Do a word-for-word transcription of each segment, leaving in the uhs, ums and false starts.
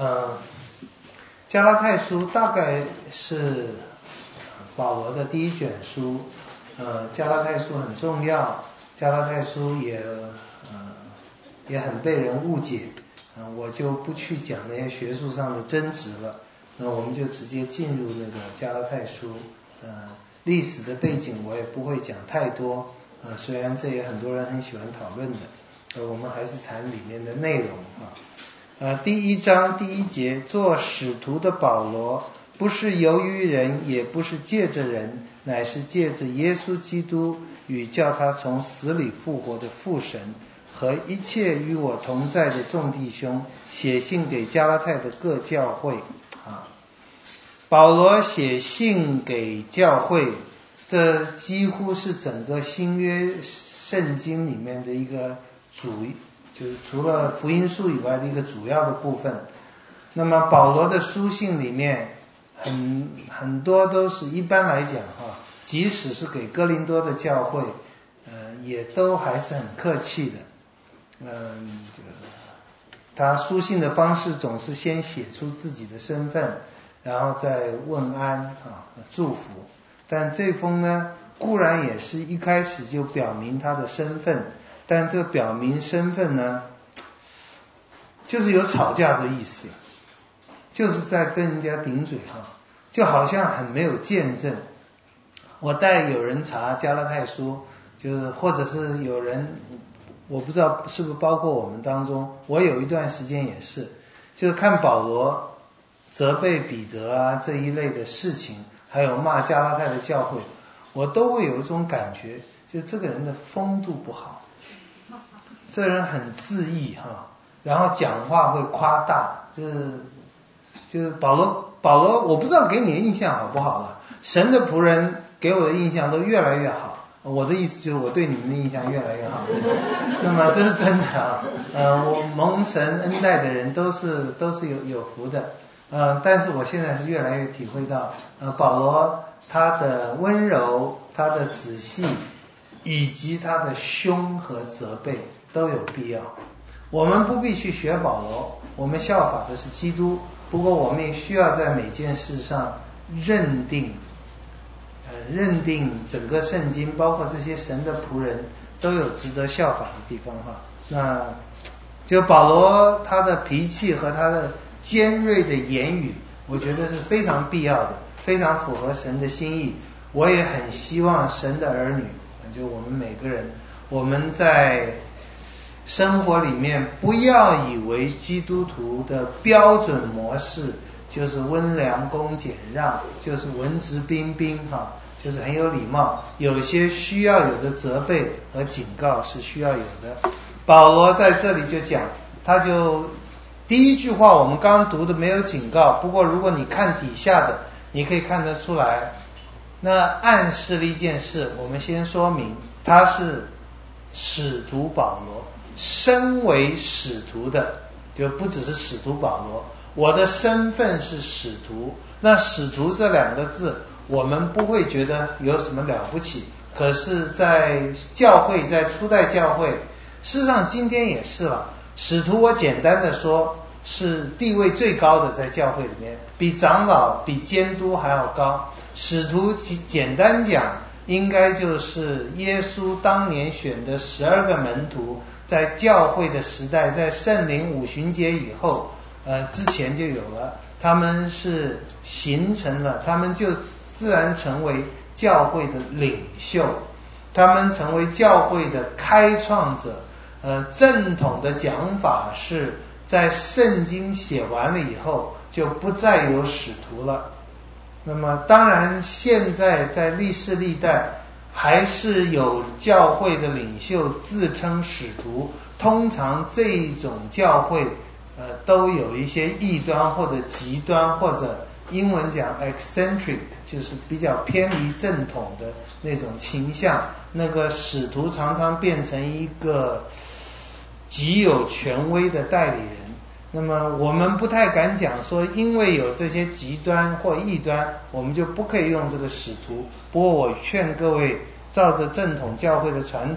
呃，加拉太书大概是保罗的第一卷书，呃，加拉太书很重要，加拉太书也呃也很被人误解，呃，我就不去讲那些学术上的争执了，那我们就直接进入那个加拉太书，呃，历史的背景我也不会讲太多，呃，虽然这也很多人很喜欢讨论的，呃，我们还是谈里面的内容啊。呃，第一章第一节，做使徒的保罗，不是由于人，也不是借着人，乃是借着耶稣基督与叫他从死里复活的父神，和一切与我同在的众弟兄，写信给加拉太的各教会啊。保罗写信给教会，这几乎是整个新约圣经里面的一个主，就是除了福音书以外的一个主要的部分。那么保罗的书信里面很很多都是一般来讲哈，即使是给哥林多的教会，呃，也都还是很客气的。嗯、呃，他书信的方式总是先写出自己的身份，然后再问安啊，祝福。但这封呢，固然也是一开始就表明他的身份，但这表明身份呢，就是有吵架的意思，就是在跟人家顶嘴哈，就好像很没有见证。我带有人查加拉太书，就是或者是有人，我不知道是不是包括我们当中，我有一段时间也是，就是看保罗责备彼得啊这一类的事情，还有骂加拉太的教会，我都会有一种感觉，就这个人的风度不好，这人很自意哈，然后讲话会夸大，就是就是保罗保罗，我不知道给你的印象好不好了，神的仆人给我的印象都越来越好。我的意思就是我对你们的印象越来越好，那么这是真的啊。呃，我蒙神恩待的人都是都是有有福的，呃，但是我现在是越来越体会到，呃，保罗他的温柔、他的仔细，以及他的凶和责备都有必要。我们不必去学保罗，我们效法的是基督，不过我们也需要在每件事上认定。呃，认定整个圣经，包括这些神的仆人，都有值得效法的地方哈。那就保罗他的脾气和他的尖锐的言语，我觉得是非常必要的，非常符合神的心意。我也很希望神的儿女，就我们每个人，我们在生活里面不要以为基督徒的标准模式就是温良恭俭让，就是文质彬彬哈，就是很有礼貌，有些需要有的责备和警告是需要有的。保罗在这里就讲，他就第一句话我们刚刚读的没有警告，不过如果你看底下的，你可以看得出来，那暗示了一件事。我们先说明，他是使徒保罗，身为使徒的，就不只是使徒保罗，我的身份是使徒。那使徒这两个字我们不会觉得有什么了不起，可是在教会，在初代教会，事实上今天也是了，使徒我简单的说是地位最高的，在教会里面比长老比监督还要高。使徒简单讲应该就是耶稣当年选的十二个门徒，在教会的时代，在圣灵五旬节以后呃，之前就有了，他们是形成了，他们就自然成为教会的领袖，他们成为教会的开创者。呃，正统的讲法是在圣经写完了以后就不再有使徒了。那么当然现在在历世历代还是有教会的领袖自称使徒，通常这一种教会呃，都有一些异端或者极端，或者英文讲 eccentric， 就是比较偏离正统的那种倾向。那个使徒常常变成一个极有权威的代理人。那么我们不太敢讲说，因为有这些极端或异端，我们就不可以用这个使徒。不过我劝各位，照着正统教会的传统，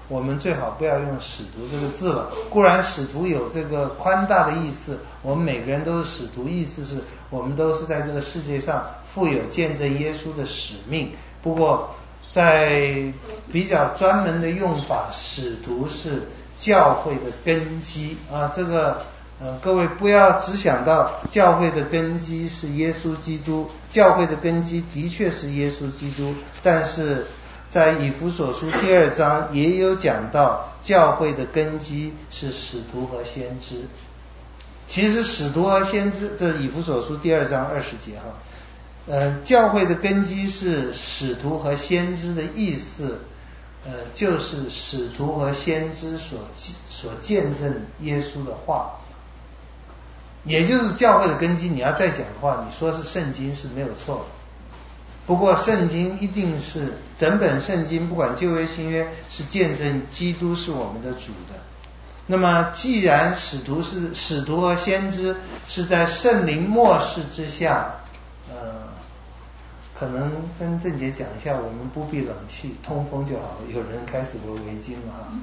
我们最好不要用使徒这个字了。固然使徒有这个宽大的意思，我们每个人都是使徒，意思是我们都是在这个世界上负有见证耶稣的使命。不过在比较专门的用法，使徒是教会的根基啊，这个呃，各位不要只想到教会的根基是耶稣基督，教会的根基的确是耶稣基督，但是在以弗所书第二章也有讲到教会的根基是使徒和先知。其实使徒和先知，这以弗所书第二章二十节哈，呃，教会的根基是使徒和先知的意思，呃，就是使徒和先知所所见证耶稣的话，也就是教会的根基。你要再讲的话，你说是圣经是没有错的。不过圣经一定是整本圣经，不管旧约新约，是见证基督是我们的主的。那么既然使徒是使徒和先知是在圣灵默示之下，呃，可能跟郑姐讲一下，我们不必冷气，通风就好了。有人开始围围巾了哈，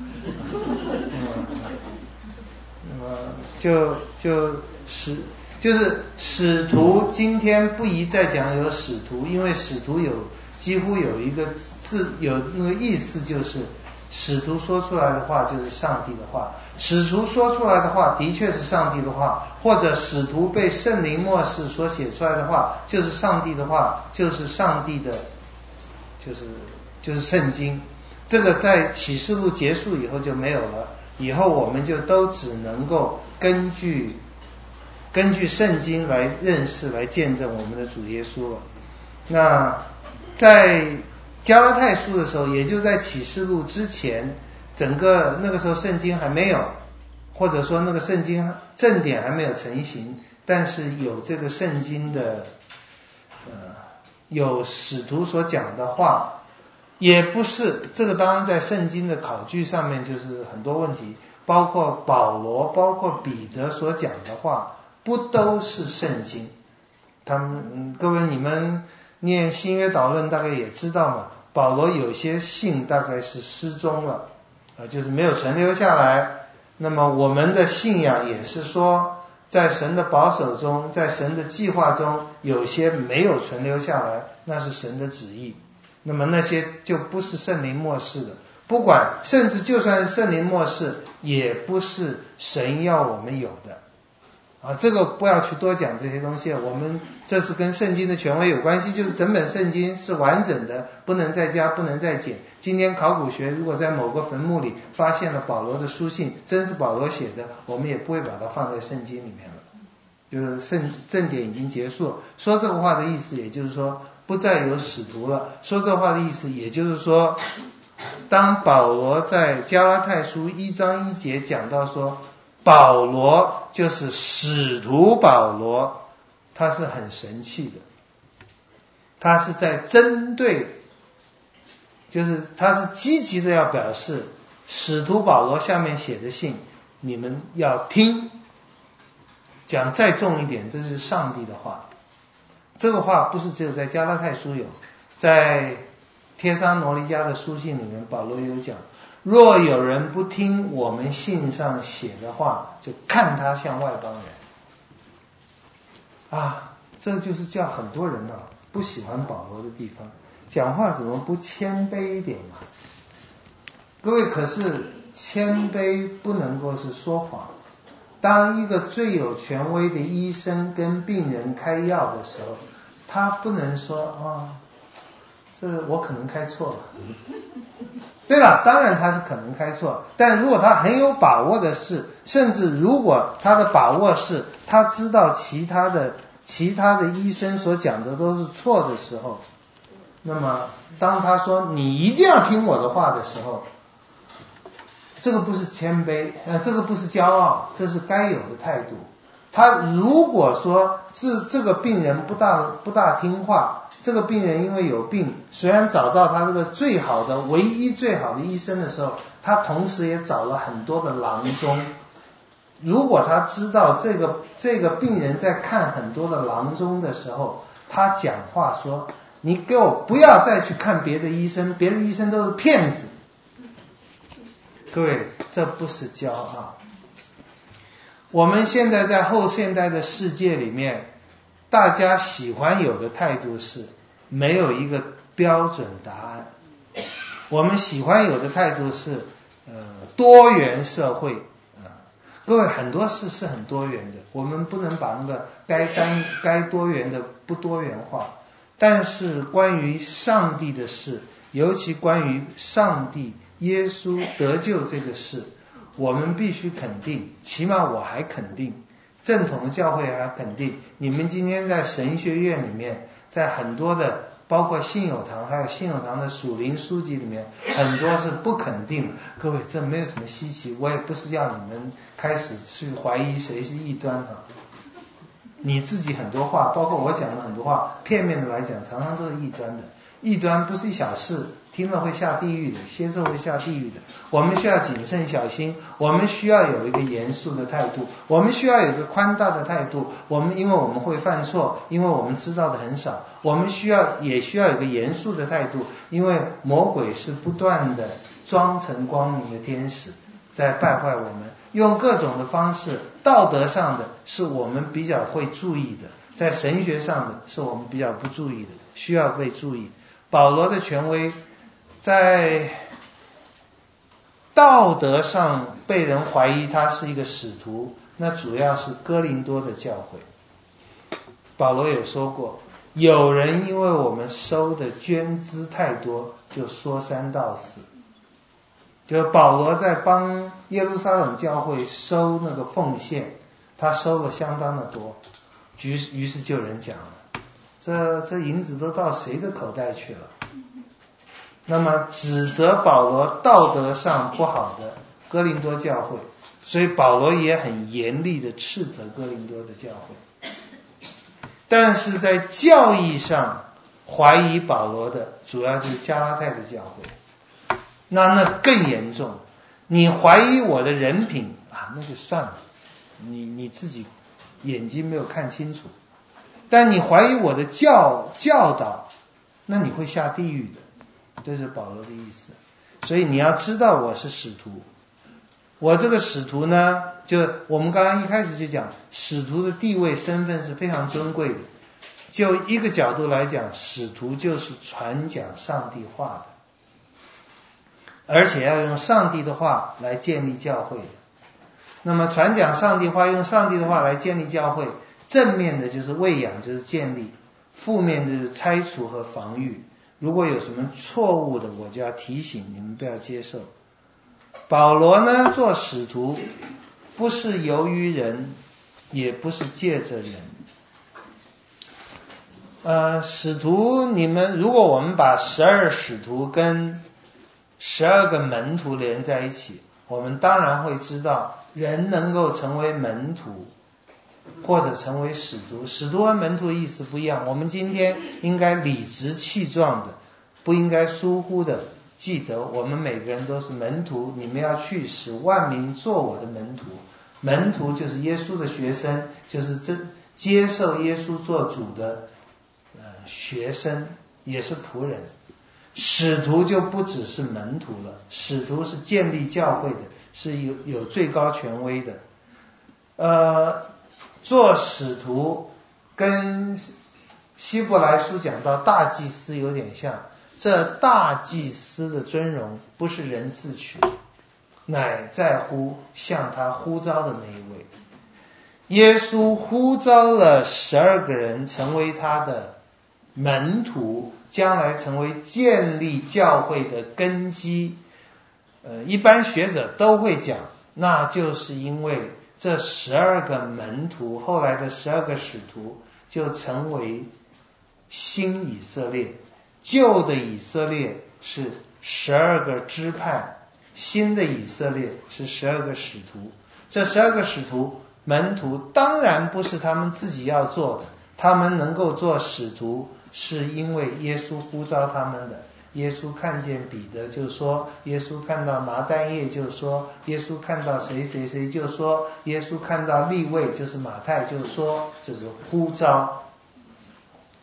那么就就使就是使徒，今天不宜再讲有使徒，因为使徒有几乎有一个字，有那个意思，就是使徒说出来的话就是上帝的话，使徒说出来的话的确是上帝的话，或者使徒被圣灵默示所写出来的话就是上帝的话，就是上帝的，就是就是圣经。这个在启示录结束以后就没有了，以后我们就都只能够根据根据圣经来认识来见证我们的主耶稣了。那在加拉太书的时候，也就在启示录之前，整个那个时候圣经还没有，或者说那个圣经正典还没有成型，但是有这个圣经的呃有使徒所讲的话，也不是这个，当然在圣经的考据上面就是很多问题，包括保罗包括彼得所讲的话不都是圣经。他们、嗯、各位你们念新约导论大概也知道嘛，保罗有些信大概是失踪了、呃、就是没有存留下来。那么我们的信仰也是说，在神的保守中，在神的计划中，有些没有存留下来，那是神的旨意，那么那些就不是圣灵默示的，不管甚至就算是圣灵默示，也不是神要我们有的啊，这个不要去多讲这些东西，我们这是跟圣经的权威有关系，就是整本圣经是完整的，不能再加不能再减。今天考古学如果在某个坟墓里发现了保罗的书信，真是保罗写的，我们也不会把它放在圣经里面了，就是圣正典已经结束。说这个话的意思也就是说不再有使徒了，说这话的意思也就是说，当保罗在加拉太书一章一节讲到说保罗就是使徒保罗，他是很神气的，他是在针对，就是他是积极的要表示使徒保罗下面写的信你们要听，讲再重一点，这是上帝的话。这个话不是只有在加拉太书有，在帖撒罗尼迦的书信里面保罗有讲，若有人不听我们信上写的话，就看他像外邦人啊，这就是叫很多人啊不喜欢保罗的地方，讲话怎么不谦卑一点嘛？各位，可是谦卑不能够是说谎。当一个最有权威的医生跟病人开药的时候，他不能说啊、哦，这我可能开错了。对了，当然他是可能开错，但如果他很有把握的是，甚至如果他的把握是他知道其他的其他的医生所讲的都是错的时候，那么当他说你一定要听我的话的时候，这个不是谦卑，呃，这个不是骄傲，这是该有的态度。他如果说是这个病人不大不大听话，这个病人因为有病，虽然找到他这个最好的唯一最好的医生的时候，他同时也找了很多的郎中。如果他知道这个这个病人在看很多的郎中的时候，他讲话说你给我不要再去看别的医生，别的医生都是骗子， 各位，这不是骄傲。我们现在在后现代的世界里面，大家喜欢有的态度是没有一个标准答案。我们喜欢有的态度是呃多元社会啊、呃，各位很多事是很多元的，我们不能把那个该单该多元的不多元化。但是关于上帝的事，尤其关于上帝耶稣得救这个事，我们必须肯定，起码我还肯定，正统的教会还肯定，你们今天在神学院里面，在很多的包括信友堂还有信友堂的属灵书籍里面，很多是不肯定的。各位，这没有什么稀奇，我也不是要你们开始去怀疑谁是异端啊。你自己很多话，包括我讲的很多话，片面的来讲，常常都是异端的。异端不是一小事，听了会下地狱的，接受会下地狱的。我们需要谨慎小心，我们需要有一个严肃的态度，我们需要有一个宽大的态度。我们因为我们会犯错，因为我们知道的很少，我们需要也需要有一个严肃的态度，因为魔鬼是不断的装成光明的天使，在败坏我们，用各种的方式，道德上的是我们比较会注意的，在神学上的是我们比较不注意的，需要被注意。保罗的权威在道德上被人怀疑他是一个使徒，那主要是哥林多的教会。保罗有说过，有人因为我们收的捐资太多，就说三道四。就保罗在帮耶路撒冷教会收那个奉献，他收了相当的多，于是于是就有人讲了，这这银子都到谁的口袋去了？那么指责保罗道德上不好的哥林多教会，所以保罗也很严厉的斥责哥林多的教会。但是在教义上怀疑保罗的主要就是加拉太的教会，那那更严重。你怀疑我的人品啊，那就算了，你你自己眼睛没有看清楚。但你怀疑我的教教导，那你会下地狱的，这是保罗的意思。所以你要知道我是使徒，我这个使徒呢，就我们刚刚一开始就讲，使徒的地位身份是非常尊贵的。就一个角度来讲，使徒就是传讲上帝话的，而且要用上帝的话来建立教会的。那么传讲上帝话，用上帝的话来建立教会，正面的就是喂养，就是建立；负面的就是拆除和防御。如果有什么错误的，我就要提醒你们不要接受。保罗呢，做使徒不是由于人，也不是借着人。呃，使徒，你们如果我们把十二使徒跟十二个门徒连在一起，我们当然会知道，人能够成为门徒或者成为使徒，使徒和门徒的意思不一样。我们今天应该理直气壮的，不应该疏忽的记得，我们每个人都是门徒，你们要去使万民做我的门徒。门徒就是耶稣的学生，就是真接受耶稣做主的呃学生，也是仆人。使徒就不只是门徒了，使徒是建立教会的，是有有最高权威的。呃，做使徒跟希伯来书讲到大祭司有点像，这大祭司的尊荣不是人自取，乃在乎向他呼召的那一位。耶稣呼召了十二个人成为他的门徒，将来成为建立教会的根基。呃，一般学者都会讲，那就是因为这十二个门徒，后来的十二个使徒，就成为新以色列。旧的以色列是十二个支派，新的以色列是十二个使徒。这十二个使徒门徒当然不是他们自己要做的，他们能够做使徒是因为耶稣呼召他们的。耶稣看见彼得就说，耶稣看到拿但业就说，耶稣看到谁谁谁就说，耶稣看到利未就是马太就说，这是呼召。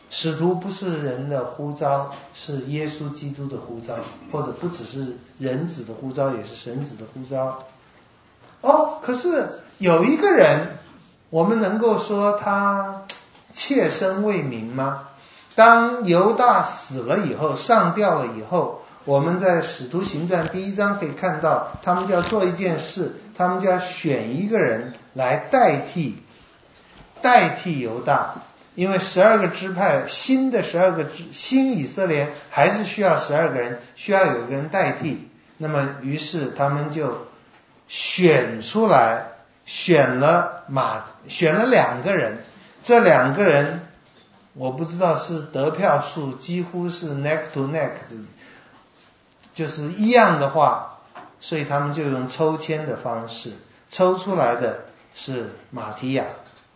使徒不是人的呼召，是耶稣基督的呼召，或者不只是人子的呼召，也是神子的呼召。哦，可是有一个人，我们能够说他切身为民吗？当犹大死了以后，上吊了以后，我们在使徒行传第一章可以看到，他们就要做一件事，他们就要选一个人来代替代替犹大，因为十二个支派，新的十二个支新以色列还是需要十二个人，需要有一个人代替。那么于是他们就选出来，选了马，选了两个人，这两个人我不知道是得票数几乎是 neck to neck， 就是一样的话，所以他们就用抽签的方式，抽出来的是马提亚。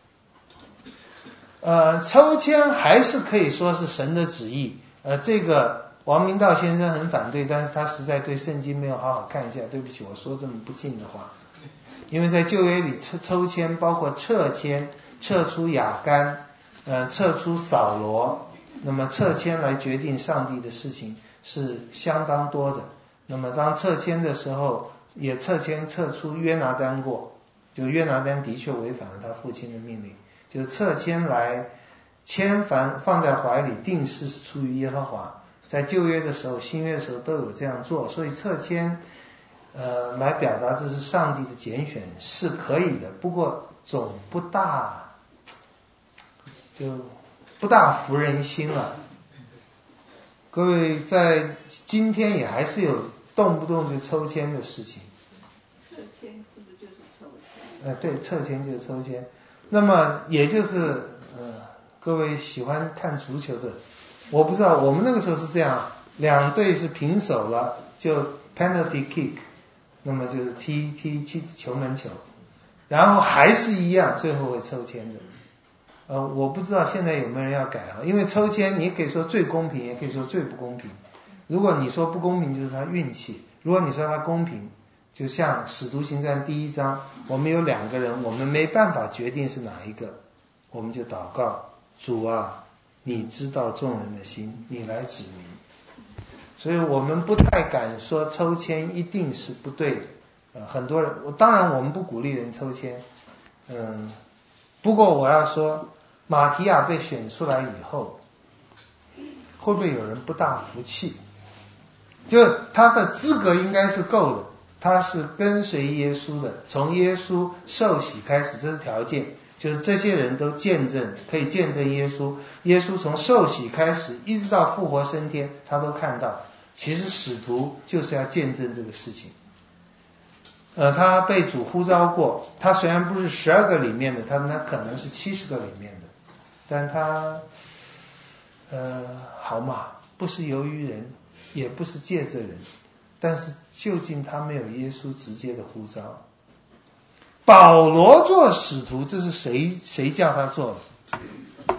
呃，抽签还是可以说是神的旨意，呃，这个王明道先生很反对，但是他实在对圣经没有好好看一下，对不起，我说这么不敬的话。因为在旧约里抽抽签包括撤签，撤出亚干，呃，撤出扫罗，那么撤签来决定上帝的事情是相当多的。那么当撤签的时候，也撤签撤出约拿单过，就约拿单的确违反了他父亲的命令，就是撤签来签凡放在怀里，定事是出于耶和华。在旧约的时候，新约的时候都有这样做，所以撤签呃来表达这是上帝的拣选是可以的，不过总不大就不大服人心了。各位在今天也还是有动不动就抽签的事情。 撤签是不是就是抽签？ 呃，对，撤签就是抽签。那么也就是呃，各位喜欢看足球的，我不知道我们那个时候是这样，两队是平手了，就 penalty kick， 那么就是踢踢踢球门球，然后还是一样，最后会抽签的。呃，我不知道现在有没有人要改啊？因为抽签你可以说最公平，也可以说最不公平。如果你说不公平，就是他运气；如果你说他公平，就像使徒行传第一章，我们有两个人，我们没办法决定是哪一个，我们就祷告，主啊，你知道众人的心，你来指明。所以我们不太敢说抽签一定是不对的。呃，很多人，当然我们不鼓励人抽签，嗯，不过我要说，马提亚被选出来以后，会不会有人不大服气？就他的资格应该是够的，他是跟随耶稣的，从耶稣受洗开始，这是条件，就是这些人都见证，可以见证耶稣，耶稣从受洗开始一直到复活升天，他都看到。其实使徒就是要见证这个事情。呃，他被主呼召过，他虽然不是十二个里面的，他那可能是七十个里面的，但他呃好嘛，不是由于人，也不是借着人，但是究竟他没有耶稣直接的呼召。保罗做使徒，这是谁谁叫他做的？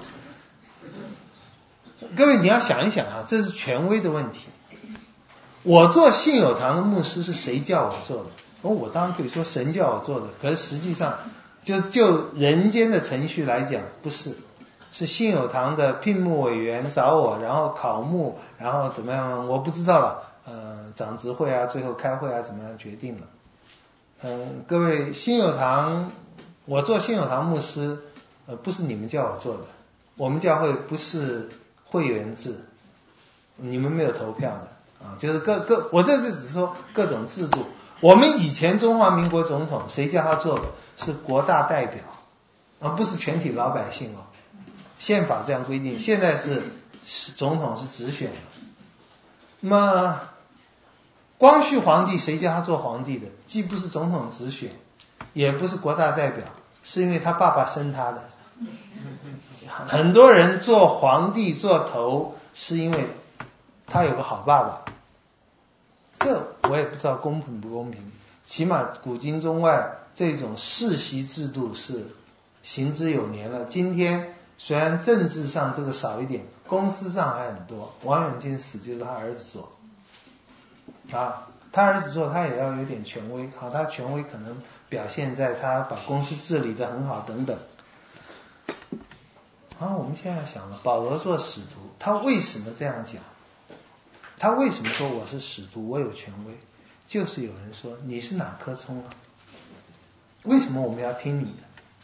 各位你要想一想啊，这是权威的问题。我做信友堂的牧师是谁叫我做的？哦，我当然可以说神叫我做的，可是实际上就就人间的程序来讲，不是，是信友堂的聘牧委员找我，然后考牧，然后怎么样，我不知道了，呃，长执会啊，最后开会啊，怎么样决定了。嗯、呃，各位信友堂，我做信友堂牧师，呃，不是你们叫我做的，我们教会不是会员制，你们没有投票的啊，就是各各，我这次只是说各种制度。我们以前中华民国总统谁叫他做的？是国大代表，而不是全体老百姓哦。宪法这样规定，现在是总统是直选的。那么光绪皇帝谁叫他做皇帝的？既不是总统直选，也不是国大代表，是因为他爸爸生他的。很多人做皇帝做头，是因为他有个好爸爸。这我也不知道公平不公平，起码古今中外这种世袭制度是行之有年了。今天虽然政治上这个少一点，公司上还很多。王永庆死就是他儿子做啊，他儿子做他也要有点权威，好，他权威可能表现在他把公司治理得很好等等。 啊，我们现在想了，保罗做使徒，他为什么这样讲？他为什么说我是使徒，我有权威？就是有人说你是哪棵葱啊？为什么我们要听你的？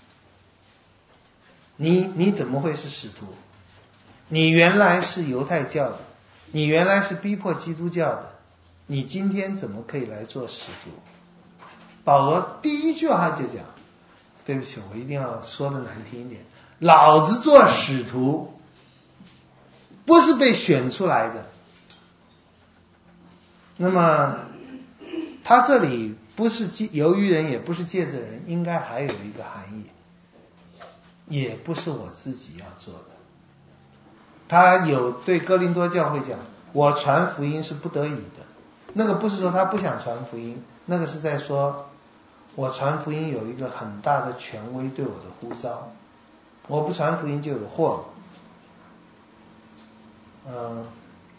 你你怎么会是使徒？你原来是犹太教的，你原来是逼迫基督教的，你今天怎么可以来做使徒？保罗第一句话就讲，对不起，我一定要说的难听一点，老子做使徒不是被选出来的。那么他这里不是由于人，也不是借着人，应该还有一个含义，也不是我自己要做的。他有对哥林多教会讲，我传福音是不得已的，那个不是说他不想传福音，那个是在说我传福音有一个很大的权威对我的呼召，我不传福音就有祸了。嗯，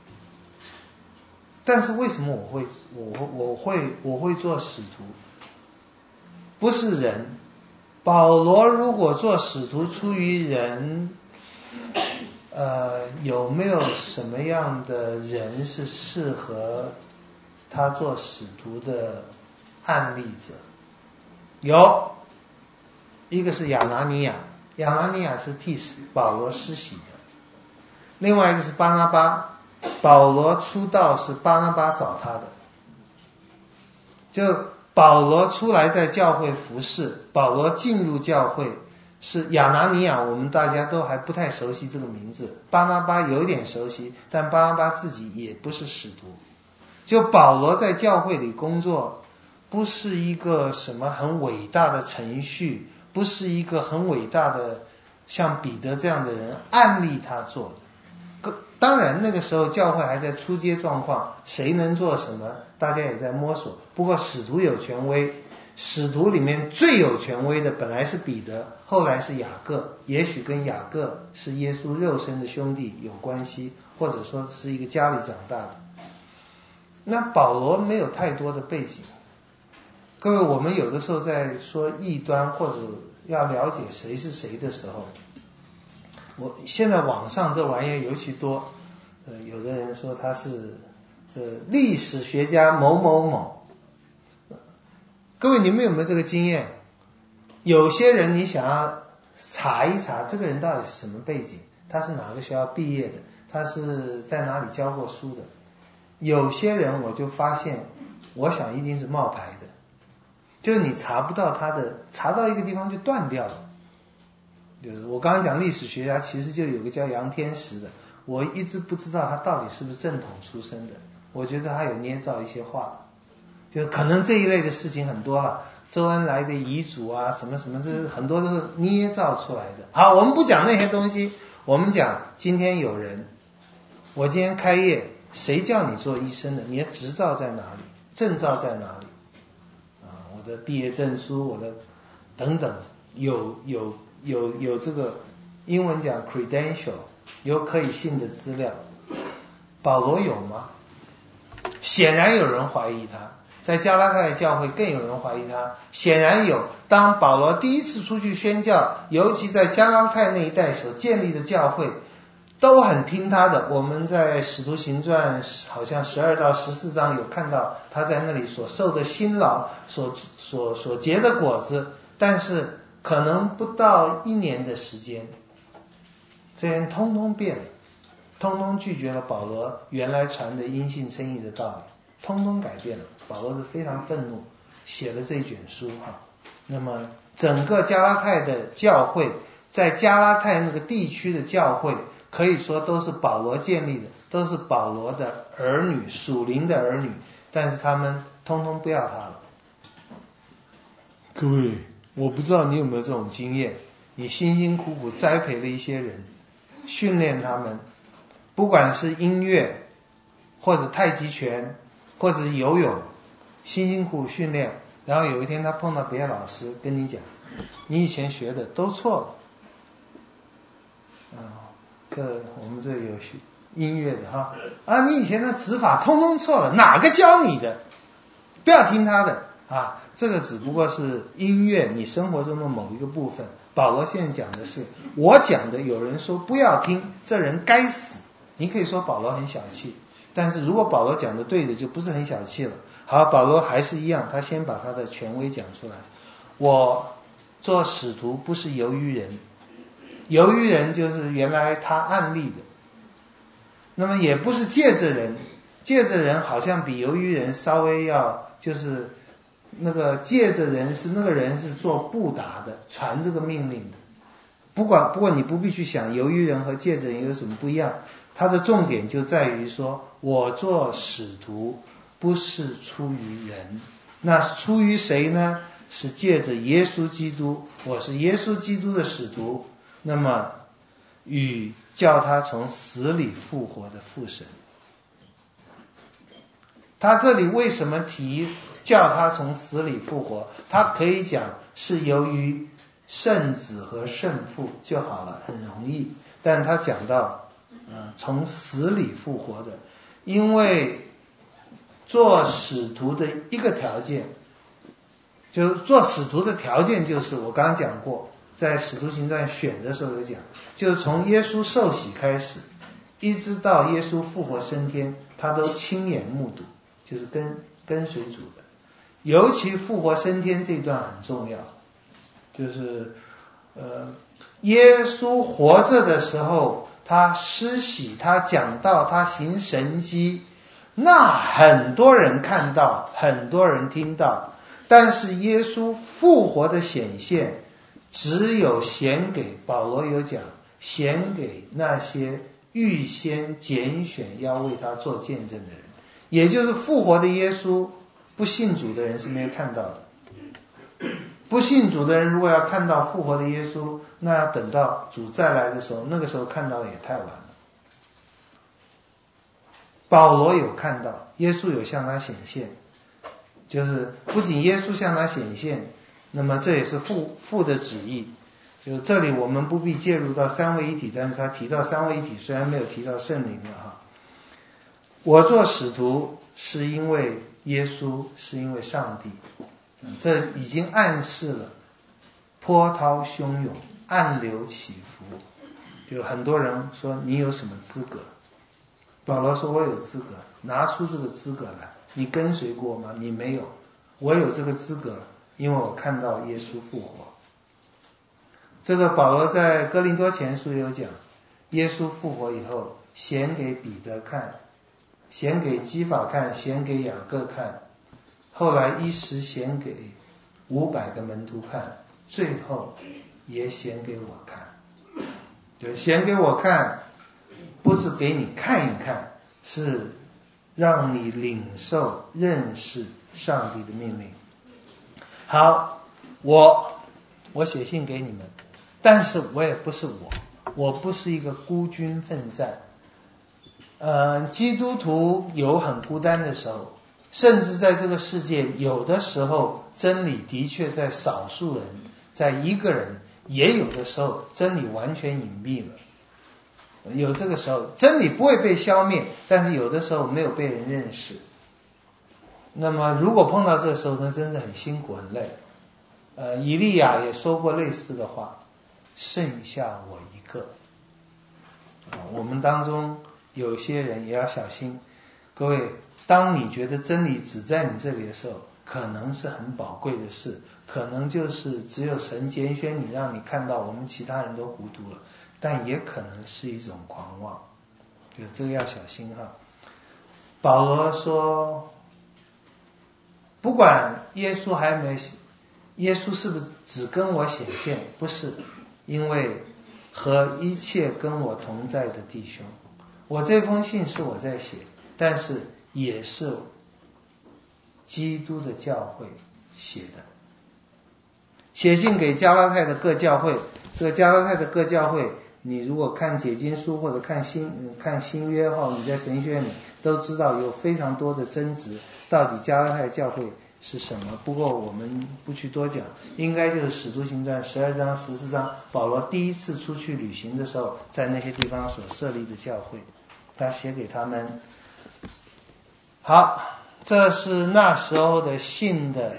但是为什么我会我我会我会做使徒？不是人。保罗如果做使徒出于人，呃，有没有什么样的人是适合他做使徒的案例者？有，一个是亚拿尼亚，亚拿尼亚是替保罗施洗的，另外一个是巴拿巴，保罗出道是巴拿巴找他的。就保罗出来在教会服侍，保罗进入教会是亚拿尼亚，我们大家都还不太熟悉这个名字，巴拿巴有点熟悉，但巴拿巴自己也不是使徒。就保罗在教会里工作，不是一个什么很伟大的程序，不是一个很伟大的像彼得这样的人案例他做的。当然那个时候教会还在初阶状况，谁能做什么大家也在摸索。不过使徒有权威，使徒里面最有权威的本来是彼得，后来是雅各，也许跟雅各是耶稣肉身的兄弟有关系，或者说是一个家里长大的。那保罗没有太多的背景。各位，我们有的时候在说异端或者要了解谁是谁的时候，我现在网上这玩意儿尤其多，呃，有的人说他是这历史学家某某某。各位，你们有没有这个经验？有些人你想要查一查这个人到底是什么背景，他是哪个学校毕业的，他是在哪里教过书的。有些人我就发现，我想一定是冒牌的，就是你查不到他的，查到一个地方就断掉了。就是我刚刚讲历史学家，其实就有个叫杨天石的，我一直不知道他到底是不是正统出身的，我觉得他有捏造一些话，就可能这一类的事情很多了，周恩来的遗嘱啊什么什么，这很多都是捏造出来的。好，我们不讲那些东西，我们讲今天有人，我今天开业，谁叫你做医生的？你的执照在哪里？证照在哪里？啊，我的毕业证书，我的等等，有有有有这个英文讲 credential， 有可以信的资料。保罗有吗？显然有人怀疑他，在加拉太教会更有人怀疑他。显然有，当保罗第一次出去宣教，尤其在加拉太那一带所建立的教会都很听他的。我们在使徒行传好像十二到十四章有看到他在那里所受的辛劳，所所所结的果子。但是可能不到一年的时间，这些人通通变了，通通拒绝了保罗原来传的因信称义的道理，通通改变了。保罗是非常愤怒，写了这一卷书哈。那么整个加拉太的教会，在加拉太那个地区的教会，可以说都是保罗建立的，都是保罗的儿女，属灵的儿女，但是他们通通不要他了。各位，我不知道你有没有这种经验，你辛辛苦苦栽培了一些人，训练他们，不管是音乐或者太极拳或者是游泳，辛辛苦苦训练，然后有一天他碰到别的老师跟你讲，你以前学的都错了。啊，这我们这有音乐的哈啊，你以前的指法通通错了，哪个教你的？不要听他的， 啊，这个只不过是音乐你生活中的某一个部分。保罗现在讲的是，我讲的有人说不要听，这人该死。你可以说保罗很小气，但是如果保罗讲的对的，就不是很小气了。好，保罗还是一样，他先把他的权威讲出来。我做使徒不是由于人，由于人就是原来他案例的，那么也不是借着人，借着人好像比由于人稍微要就是那个借着人是那个人是做布达的，传这个命令的。不管不过你不必去想由于人和借着人有什么不一样，它的重点就在于说，我做使徒不是出于人，那出于谁呢？是借着耶稣基督，我是耶稣基督的使徒，那么与叫他从死里复活的父神。他这里为什么提叫他从死里复活？他可以讲是由于圣子和圣父就好了，很容易。但他讲到呃从死里复活的，因为做使徒的一个条件，就是做使徒的条件就是我刚刚讲过，在使徒行传选的时候有讲，就是从耶稣受洗开始，一直到耶稣复活升天，他都亲眼目睹，就是跟跟随主的。尤其复活升天这段很重要，就是呃耶稣活着的时候，他施洗，他讲道，他行神迹，那很多人看到，很多人听到，但是耶稣复活的显现只有显给，保罗有讲，显给那些预先拣选要为他做见证的人，也就是复活的耶稣，不信主的人是没有看到的。不信主的人如果要看到复活的耶稣，那要等到主再来的时候，那个时候看到的也太晚了。保罗有看到，耶稣有向他显现，就是不仅耶稣向他显现，那么这也是父父的旨意。就这里我们不必介入到三位一体，但是他提到三位一体，虽然没有提到圣灵了哈。我做使徒是因为耶稣，是因为上帝，这已经暗示了波涛汹涌，暗流起伏。就很多人说你有什么资格？保罗说我有资格，拿出这个资格来。你跟随过吗？你没有。我有这个资格，因为我看到耶稣复活。这个保罗在哥林多前书有讲，耶稣复活以后显给彼得看，显给基法看，显给雅各看，后来一时显给五百个门徒看，最后也显给我看。就显给我看，不是给你看一看，是让你领受认识上帝的命令。好，我我写信给你们，但是我也不是我，我不是一个孤军奋战。呃，基督徒有很孤单的时候，甚至在这个世界，有的时候真理的确在少数人，在一个人，也有的时候真理完全隐蔽了。有这个时候，真理不会被消灭，但是有的时候没有被人认识。那么如果碰到这个时候，那真是很辛苦很累。呃，以利亚也说过类似的话，剩下我一个。我们当中有些人也要小心，各位，当你觉得真理只在你这里的时候，可能是很宝贵的事，可能就是只有神拣选你，让你看到，我们其他人都糊涂了，但也可能是一种狂妄，就这个要小心哈。保罗说，不管耶稣还没，耶稣是不是只跟我显现？不是，因为和一切跟我同在的弟兄，我这封信是我在写，但是也是基督的教会写的。写信给加拉太的各教会，这个加拉太的各教会，你如果看解经书或者看新看新约后，你在神学院里都知道有非常多的争执，到底加拉太教会是什么？不过我们不去多讲，应该就是使徒行传十二章十四章，保罗第一次出去旅行的时候，在那些地方所设立的教会，他写给他们。好，这是那时候的信的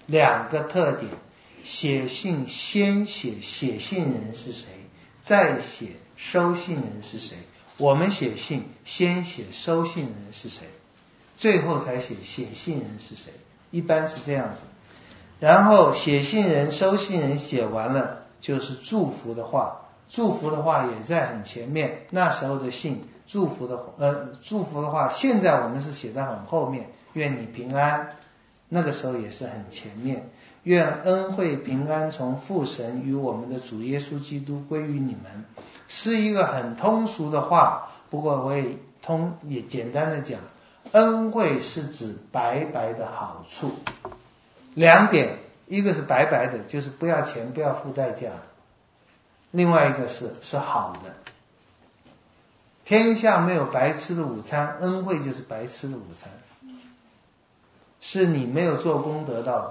两个特点，写信先写写信人是谁，再写收信人是谁。我们写信先写收信人是谁，最后才写写信人是谁，一般是这样子。然后写信人收信人写完了，就是祝福的话，祝福的话也在很前面。那时候的信祝福的呃祝福的话，现在我们是写在很后面，愿你平安，那个时候也是很前面。愿恩惠平安从父神与我们的主耶稣基督归于你们，是一个很通俗的话，不过我也通也简单的讲，恩惠是指白白的好处。两点，一个是白白的，就是不要钱不要付代价的，另外一个是是好的。天下没有白吃的午餐，恩惠就是白吃的午餐，是你没有做功得到的。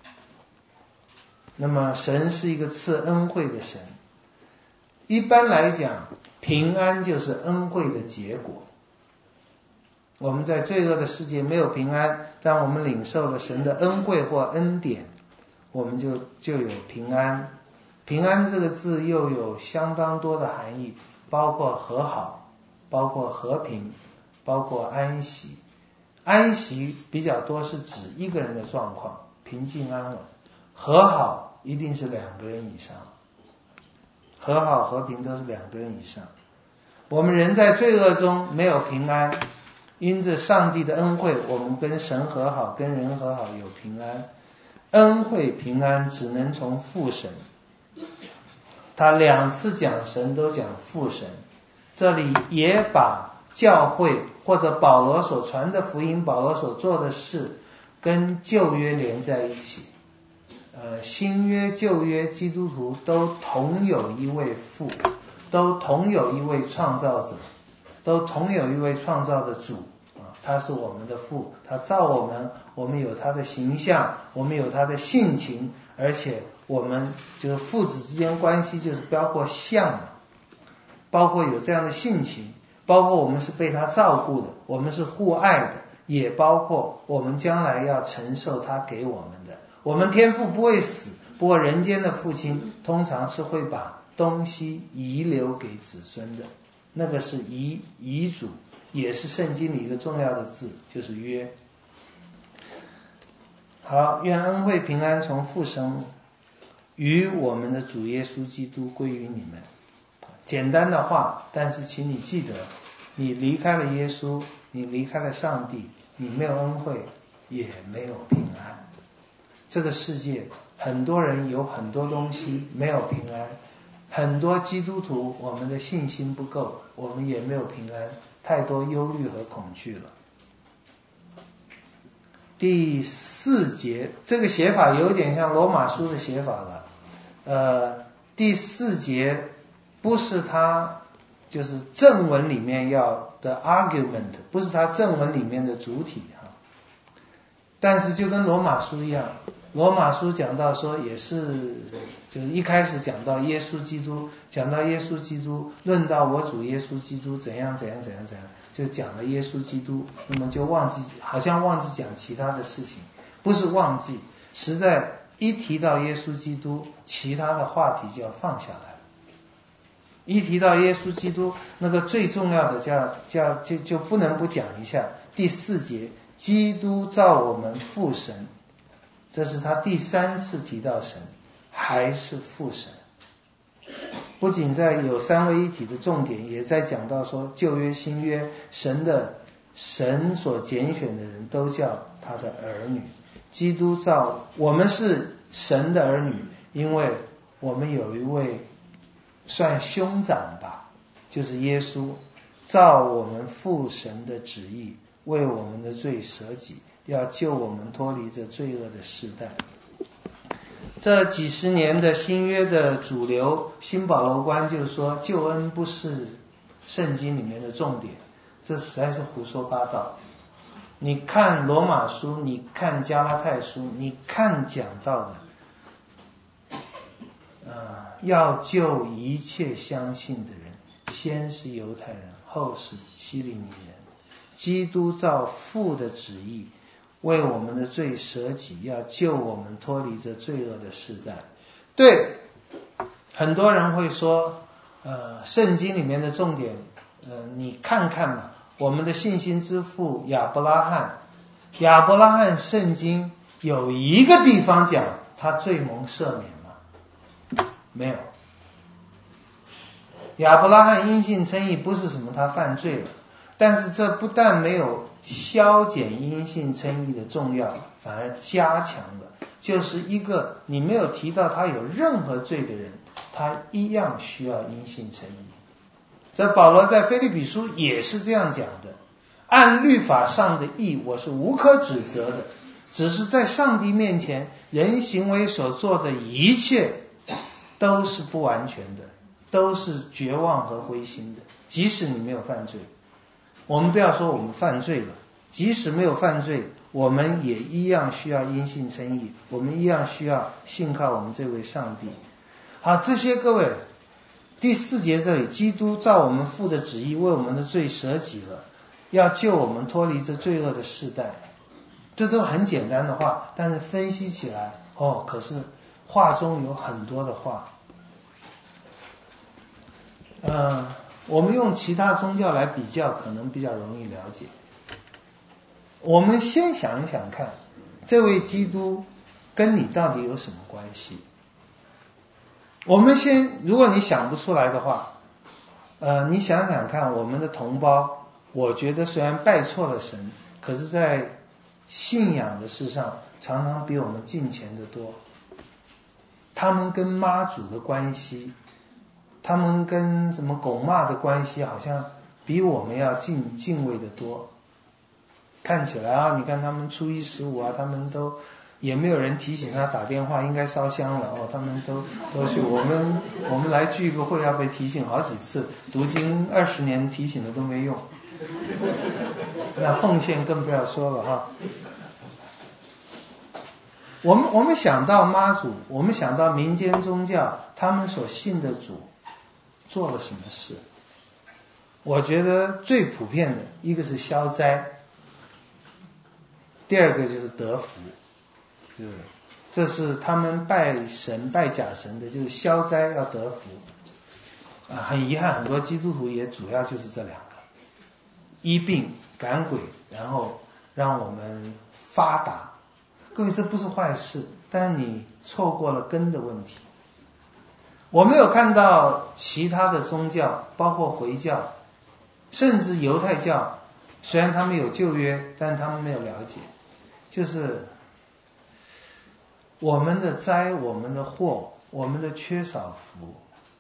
那么神是一个赐恩惠的神，一般来讲平安就是恩惠的结果。我们在罪恶的世界没有平安，当我们领受了神的恩惠或恩典，我们就就有平安。平安这个字又有相当多的含义，包括和好，包括和平，包括安息。安息比较多是指一个人的状况，平静安稳。和好一定是两个人以上，和好和平都是两个人以上。我们人在罪恶中没有平安，因着上帝的恩惠，我们跟神和好，跟人和好，有平安。恩惠平安只能从父神，他两次讲神都讲父神，这里也把教会或者保罗所传的福音，保罗所做的事跟旧约连在一起。呃，新约旧约基督徒都同有一位父，都同有一位创造者，都同有一位创造的主啊，他是我们的父，他造我们，我们有他的形象，我们有他的性情，而且我们就是父子之间关系，就是包括像，包括有这样的性情，包括我们是被他照顾的，我们是互爱的，也包括我们将来要承受他给我们的。我们天父不会死，不过人间的父亲通常是会把东西遗留给子孙的，那个是遗遗嘱，也是圣经里一个重要的字，就是约。好，愿恩惠平安从父神与我们的主耶稣基督归于你们。简单的话，但是请你记得，你离开了耶稣，你离开了上帝，你没有恩惠，也没有平安。这个世界很多人有很多东西没有平安，很多基督徒我们的信心不够，我们也没有平安，太多忧虑和恐惧了。第四节这个写法有点像罗马书的写法了，呃，第四节不是他就是正文里面要的 argument， 不是他正文里面的主体哈，但是就跟罗马书一样，罗马书讲到说也是，就是一开始讲到耶稣基督，讲到耶稣基督，论到我主耶稣基督怎样怎样怎样怎样，就讲了耶稣基督，那么就忘记，好像忘记讲其他的事情，不是忘记，实在一提到耶稣基督，其他的话题就要放下来了。一提到耶稣基督，那个最重要的叫叫就就不能不讲一下第四节，基督造我们父神。这是他第三次提到神，还是父神。不仅在有三位一体的重点，也在讲到说旧约新约神的神所拣选的人都叫他的儿女。基督造我们是神的儿女，因为我们有一位算兄长吧，就是耶稣，照我们父神的旨意，为我们的罪舍己，要救我们脱离这罪恶的世代。这几十年的新约的主流新保罗观就是说，救恩不是圣经里面的重点，这实在是胡说八道。你看罗马书，你看加拉太书，你看讲到的呃，要救一切相信的人，先是犹太人，后是希利尼人。基督照父的旨意， 为我们的罪舍己，要救我们脱离这罪恶的世代。对，很多人会说，呃，圣经里面的重点，呃，你看看嘛，我们的信心之父亚伯拉罕，亚伯拉罕圣经有一个地方讲他罪蒙赦免吗？没有。亚伯拉罕因信称义不是什么他犯罪了，但是这不但没有消减因信称义的重要，反而加强了。就是一个你没有提到他有任何罪的人，他一样需要因信称义。这保罗在腓立比书也是这样讲的，按律法上的义我是无可指责的，只是在上帝面前人行为所做的一切都是不完全的，都是绝望和灰心的。即使你没有犯罪，我们不要说我们犯罪了，即使没有犯罪，我们也一样需要因信称义，我们一样需要信靠我们这位上帝。好，这些各位，第四节这里，基督照我们父的旨意为我们的罪舍己了，要救我们脱离这罪恶的世代。这都很简单的话，但是分析起来，哦，可是话中有很多的话。呃，我们用其他宗教来比较，可能比较容易了解。我们先想一想看，这位基督跟你到底有什么关系？我们先，如果你想不出来的话，呃，你想想看，我们的同胞，我觉得虽然拜错了神，可是在信仰的事上常常比我们敬虔得多。他们跟妈祖的关系，他们跟什么狗妈的关系，好像比我们要敬敬畏得多。看起来啊，你看他们初一十五啊，他们都也没有人提醒他打电话应该烧香了哦，他们都都去。我们我们来聚个会要被提醒好几次，读经二十年提醒了都没用。那奉献更不要说了哈。我们我们想到妈祖，我们想到民间宗教，他们所信的主做了什么事？我觉得最普遍的一个是消灾，第二个就是得福，就是这是他们拜神拜假神的，就是消灾要得福啊。很遗憾，很多基督徒也主要就是这两个，医病赶鬼，然后让我们发达。各位，这不是坏事，但是你错过了根的问题。我没有看到其他的宗教，包括回教，甚至犹太教，虽然他们有旧约，但他们没有了解，就是我们的灾，我们的祸，我们的缺少福，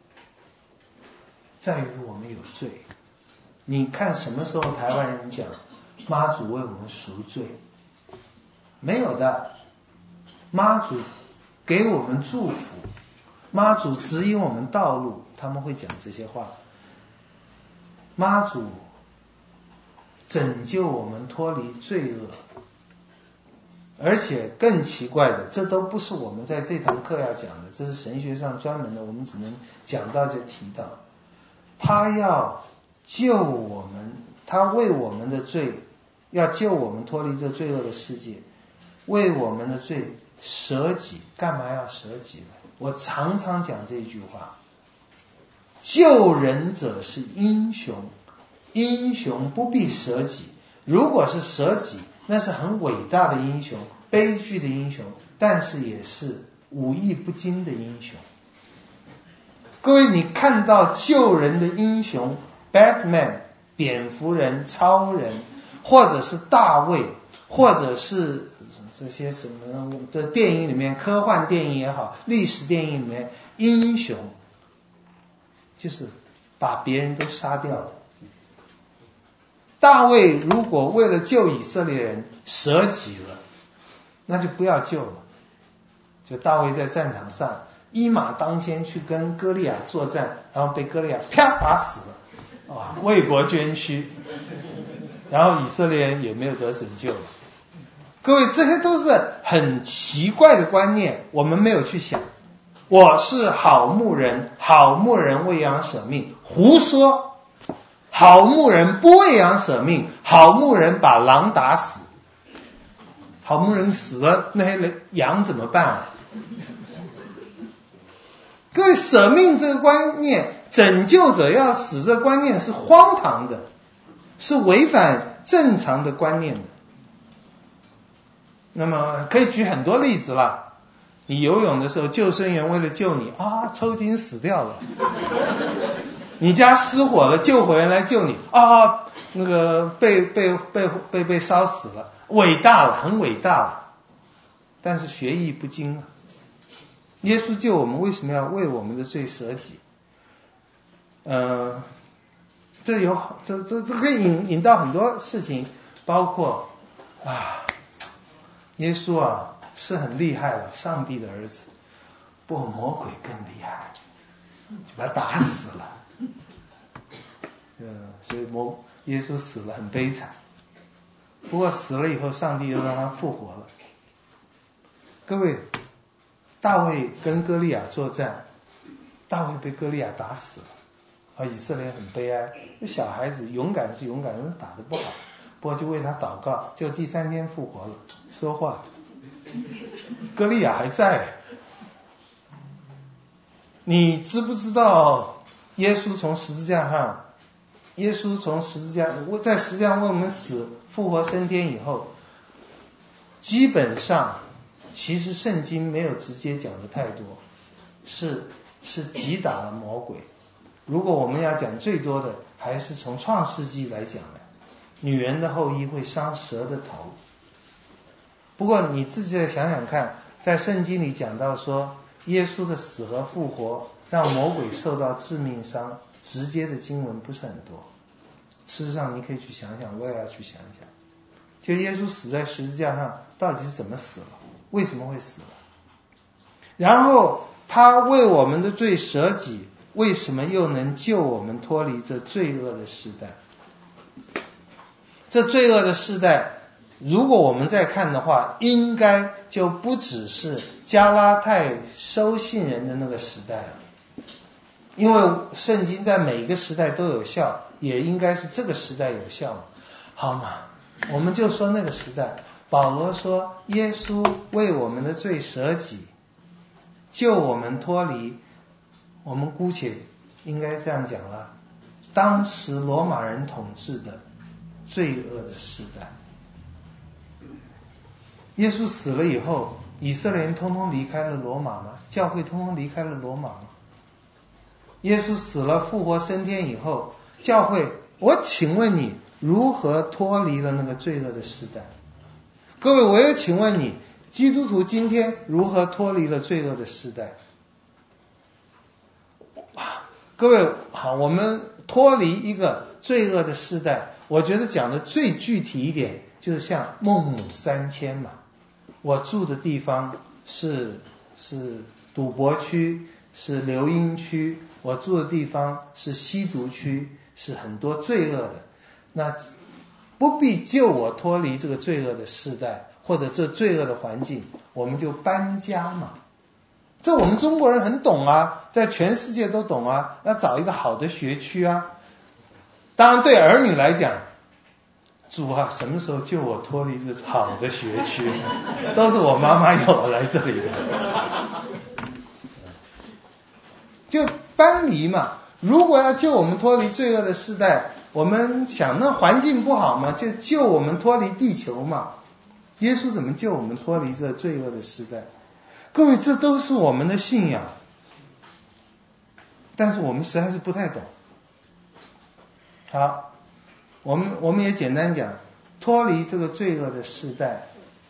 在于我们有罪。你看什么时候台湾人讲妈祖为我们赎罪？没有的。妈祖给我们祝福，妈祖指引我们道路，他们会讲这些话。妈祖拯救我们脱离罪恶，而且更奇怪的，这都不是我们在这堂课要讲的，这是神学上专门的，我们只能讲到就提到。他要救我们，他为我们的罪，要救我们脱离这罪恶的世界，为我们的罪舍己。干嘛要舍己呢？我常常讲这句话，救人者是英雄，英雄不必舍己。如果是舍己，那是很伟大的英雄，悲剧的英雄，但是也是武艺不精的英雄。各位，你看到救人的英雄 Batman 蝙蝠人、超人，或者是大卫，或者是这些什么的电影里面，科幻电影也好，历史电影里面，英雄就是把别人都杀掉了。大卫如果为了救以色列人舍己了，那就不要救了。就大卫在战场上一马当先去跟歌利亚作战，然后被歌利亚啪打死了，啊，为国捐躯，然后以色列人也没有得拯救了。各位，这些都是很奇怪的观念，我们没有去想。我是好牧人，好牧人为羊舍命，胡说。好牧人不为羊舍命，好牧人把狼打死。 好牧人死了，那些人羊怎么办啊？各位，舍命这个观念，拯救者要死这个观念是荒唐的，是违反正常的观念的。那么可以举很多例子啦，你游泳的时候，救生员为了救你啊，抽筋死掉了；你家失火了，救火员来救你啊，那个被被被被被烧死了，伟大了，很伟大了。但是学艺不精啊。耶稣救我们，为什么要为我们的罪舍己？呃，这有这这这可以引引到很多事情，包括啊，耶稣啊是很厉害了，上帝的儿子，不过魔鬼更厉害，就把他打死了。呃，所以魔耶稣死了很悲惨，不过死了以后，上帝又让他复活了。各位，大卫跟歌利亚作战，大卫被歌利亚打死了，而以色列很悲哀。这小孩子勇敢是勇敢，打得不好，不过就为他祷告，就第三天复活了，说话的。歌利亚还在。你知不知道耶稣从十字架上，耶稣从十字架在十字架为我们死，复活升天以后，基本上其实圣经没有直接讲的太多，是是击打了魔鬼。如果我们要讲最多的，还是从创世纪来讲的，女人的后裔会伤蛇的头。不过你自己再想想看，在圣经里讲到说，耶稣的死和复活让魔鬼受到致命伤，直接的经文不是很多。事实上你可以去想想，我也要去想想，就耶稣死在十字架上到底是怎么死了，为什么会死了，然后他为我们的罪舍己，为什么又能救我们脱离这罪恶的世代？这罪恶的世代，如果我们再看的话，应该就不只是加拉太收信人的那个时代了，因为圣经在每一个时代都有效，也应该是这个时代有效，好吗？我们就说那个时代，保罗说耶稣为我们的罪舍己，救我们脱离，我们姑且应该这样讲了，当时罗马人统治的罪恶的时代。耶稣死了以后，以色列人通通离开了罗马吗？教会通通离开了罗马吗？耶稣死了复活升天以后，教会，我请问你如何脱离了那个罪恶的时代？各位，我又请问你，基督徒今天如何脱离了罪恶的时代？各位好，我们脱离一个罪恶的时代，我觉得讲的最具体一点，就是像孟母三迁嘛。我住的地方是是赌博区，是流英区，我住的地方是吸毒区，是很多罪恶的。那不必救我脱离这个罪恶的世代，或者这罪恶的环境，我们就搬家嘛。这我们中国人很懂啊，在全世界都懂啊，要找一个好的学区啊。当然对儿女来讲，主啊，什么时候救我脱离这好的学区？都是我妈妈要我来这里的，就搬离嘛。如果要救我们脱离罪恶的世代，我们想那环境不好嘛，就救我们脱离地球嘛。耶稣怎么救我们脱离这罪恶的世代？各位，这都是我们的信仰，但是我们实在是不太懂。好，我们我们也简单讲，脱离这个罪恶的世代，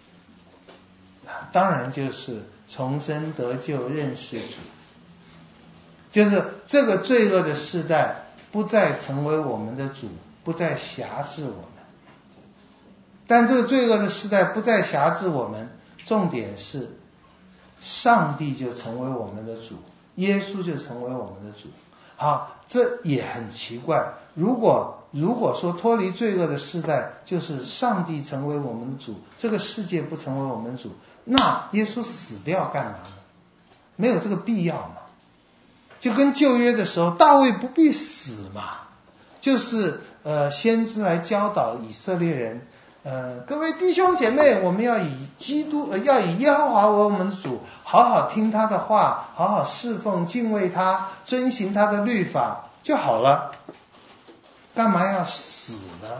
当然就是重生得救认识主，就是这个罪恶的世代不再成为我们的主，不再辖制我们。但这个罪恶的世代不再辖制我们，重点是上帝就成为我们的主，耶稣就成为我们的主。好，这也很奇怪，如果如果说脱离罪恶的世代就是上帝成为我们的主，这个世界不成为我们的主，那耶稣死掉干嘛呢？没有这个必要嘛。就跟旧约的时候大卫不必死嘛，就是呃先知来教导以色列人， 呃，各位弟兄姐妹，我们要以基督，呃、要以耶和华为我们的主，好好听他的话，好好侍奉敬畏他，遵行他的律法就好了。干嘛要死呢？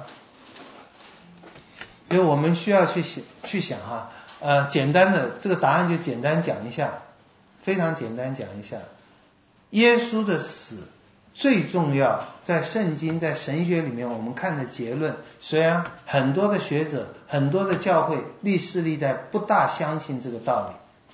因为我们需要去想去想哈，呃，简单的这个答案就简单讲一下，非常简单讲一下，耶稣的死最重要，在圣经在神学里面我们看的结论，虽然很多的学者很多的教会历世历代不大相信这个道理，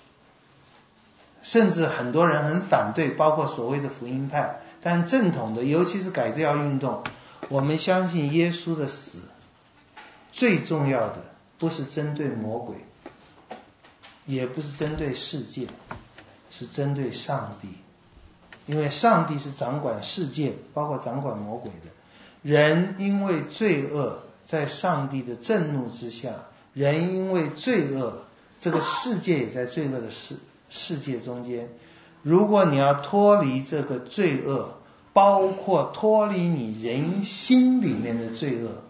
甚至很多人很反对，包括所谓的福音派，但正统的尤其是改教运动，我们相信耶稣的死最重要的不是针对魔鬼，也不是针对世界，是针对上帝。因为上帝是掌管世界，包括掌管魔鬼的。人因为罪恶，在上帝的震怒之下，人因为罪恶，这个世界也在罪恶的世世界中间。如果你要脱离这个罪恶，包括脱离你人心里面的罪恶，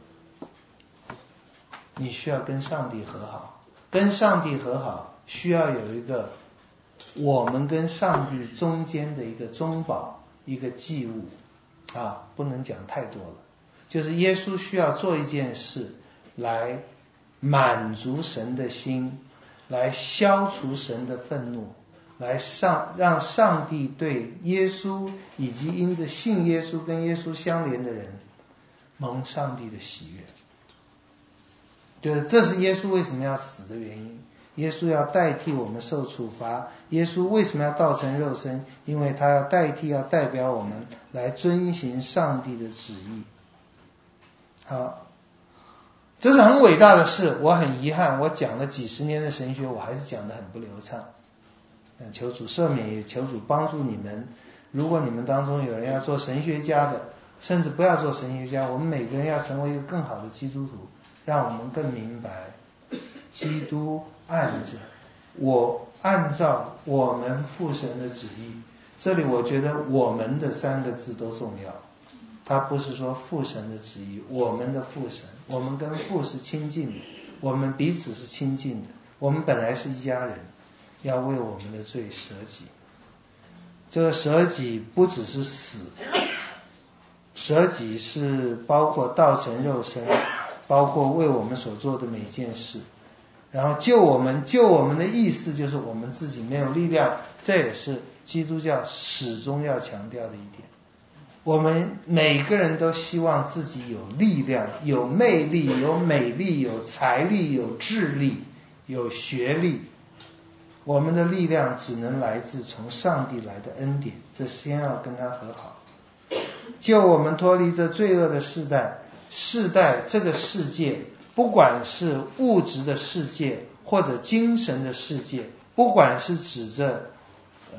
你需要跟上帝和好。跟上帝和好需要有一个我们跟上帝中间的一个中保，一个祭物啊，不能讲太多了。就是耶稣需要做一件事来满足神的心，来消除神的愤怒，来上让上帝对耶稣以及因着信耶稣跟耶稣相连的人蒙上帝的喜悦。对，这是耶稣为什么要死的原因。耶稣要代替我们受处罚。耶稣为什么要道成肉身？因为他要代替，要代表我们来遵行上帝的旨意。好，这是很伟大的事。我很遗憾，我讲了几十年的神学，我还是讲得很不流畅。求主赦免，也求主帮助你们。如果你们当中有人要做神学家的，甚至不要做神学家，我们每个人要成为一个更好的基督徒，让我们更明白基督按着我按照我们父神的旨意。这里我觉得我们的三个字都重要，他不是说父神的旨意，我们的父神，我们跟父是亲近的，我们彼此是亲近的，我们本来是一家人，要为我们的罪舍己。这个舍己不只是死，舍己是包括道成肉身，包括为我们所做的每件事。然后救我们，救我们的意思就是我们自己没有力量，这也是基督教始终要强调的一点。我们每个人都希望自己有力量，有魅力，有美丽，有财力，有智力，有学历。我们的力量只能来自从上帝来的恩典，这先要跟他和好，救我们脱离这罪恶的世代。世代这个世界，不管是物质的世界或者精神的世界，不管是指着呃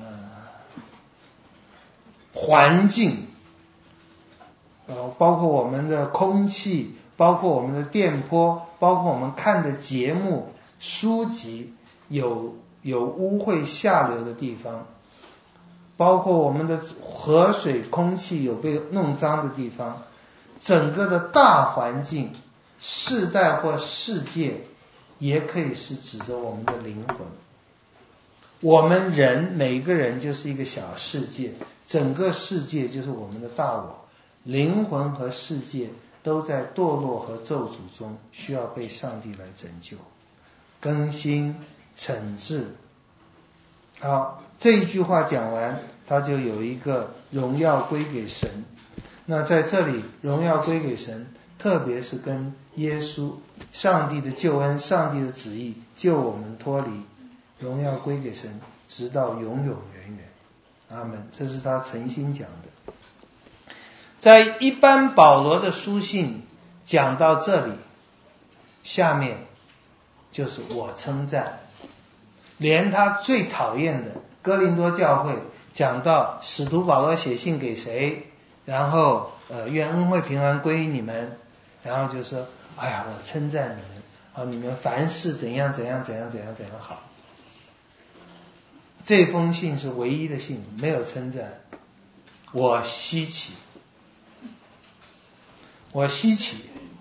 环境，呃包括我们的空气，包括我们的电波，包括我们看的节目、书籍，有有污秽下流的地方，包括我们的河水、空气有被弄脏的地方，整个的大环境世代或世界也可以是指着我们的灵魂。我们人每个人就是一个小世界，整个世界就是我们的大我，灵魂和世界都在堕落和咒诅中，需要被上帝来拯救、更新、惩治。好，这一句话讲完，他就有一个荣耀归给神。那在这里荣耀归给神，特别是跟耶稣上帝的救恩、上帝的旨意救我们脱离，荣耀归给神，直到永永远远。阿们。这是他诚心讲的。在一般保罗的书信讲到这里，下面就是我称赞。连他最讨厌的哥林多教会讲到使徒保罗写信给谁，然后呃愿恩惠平安归于你们，然后就说哎呀我称赞你们啊，你们凡事怎样怎样怎样怎样怎样好。这封信是唯一的信，没有称赞。我稀奇，我稀奇，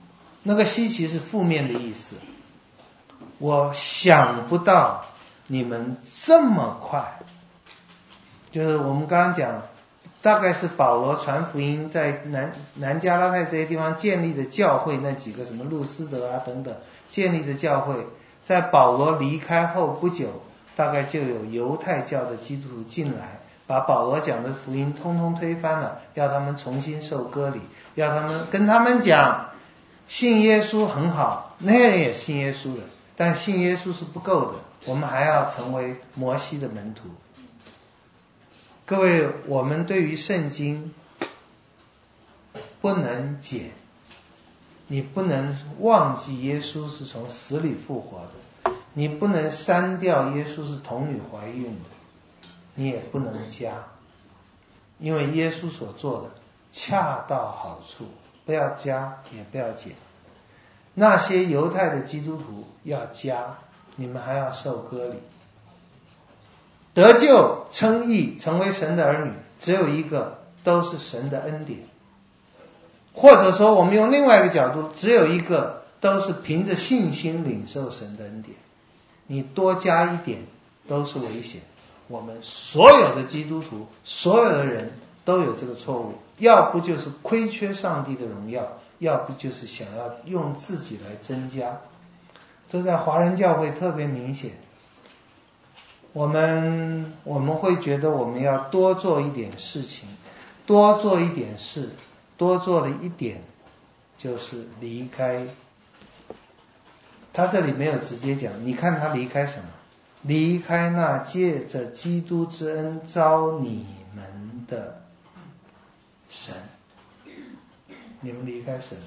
那个稀奇是负面的意思，我想不到你们这么快，就是我们刚刚讲，大概是保罗传福音在南南加拉太这些地方建立的教会，那几个什么路斯德啊等等建立的教会，在保罗离开后不久，大概就有犹太教的基督徒进来，把保罗讲的福音通通推翻了，要他们重新受割礼，要他们跟他们讲信耶稣很好，那些人也信耶稣了，但信耶稣是不够的，我们还要成为摩西的门徒。各位，我们对于圣经不能解，你不能忘记耶稣是从死里复活的，你不能删掉耶稣是童女怀孕的，你也不能加，因为耶稣所做的恰到好处，不要加也不要减。那些犹太的基督徒要加，你们还要受割礼。得救称义成为神的儿女只有一个，都是神的恩典，或者说我们用另外一个角度，只有一个，都是凭着信心领受神的恩典，你多加一点都是危险。我们所有的基督徒，所有的人都有这个错误，要不就是亏缺上帝的荣耀，要不就是想要用自己来增加，这在华人教会特别明显。我们我们会觉得我们要多做一点事情，多做一点事，多做了一点就是离开。他这里没有直接讲，你看他离开什么？离开那借着基督之恩召你们的神。你们离开神，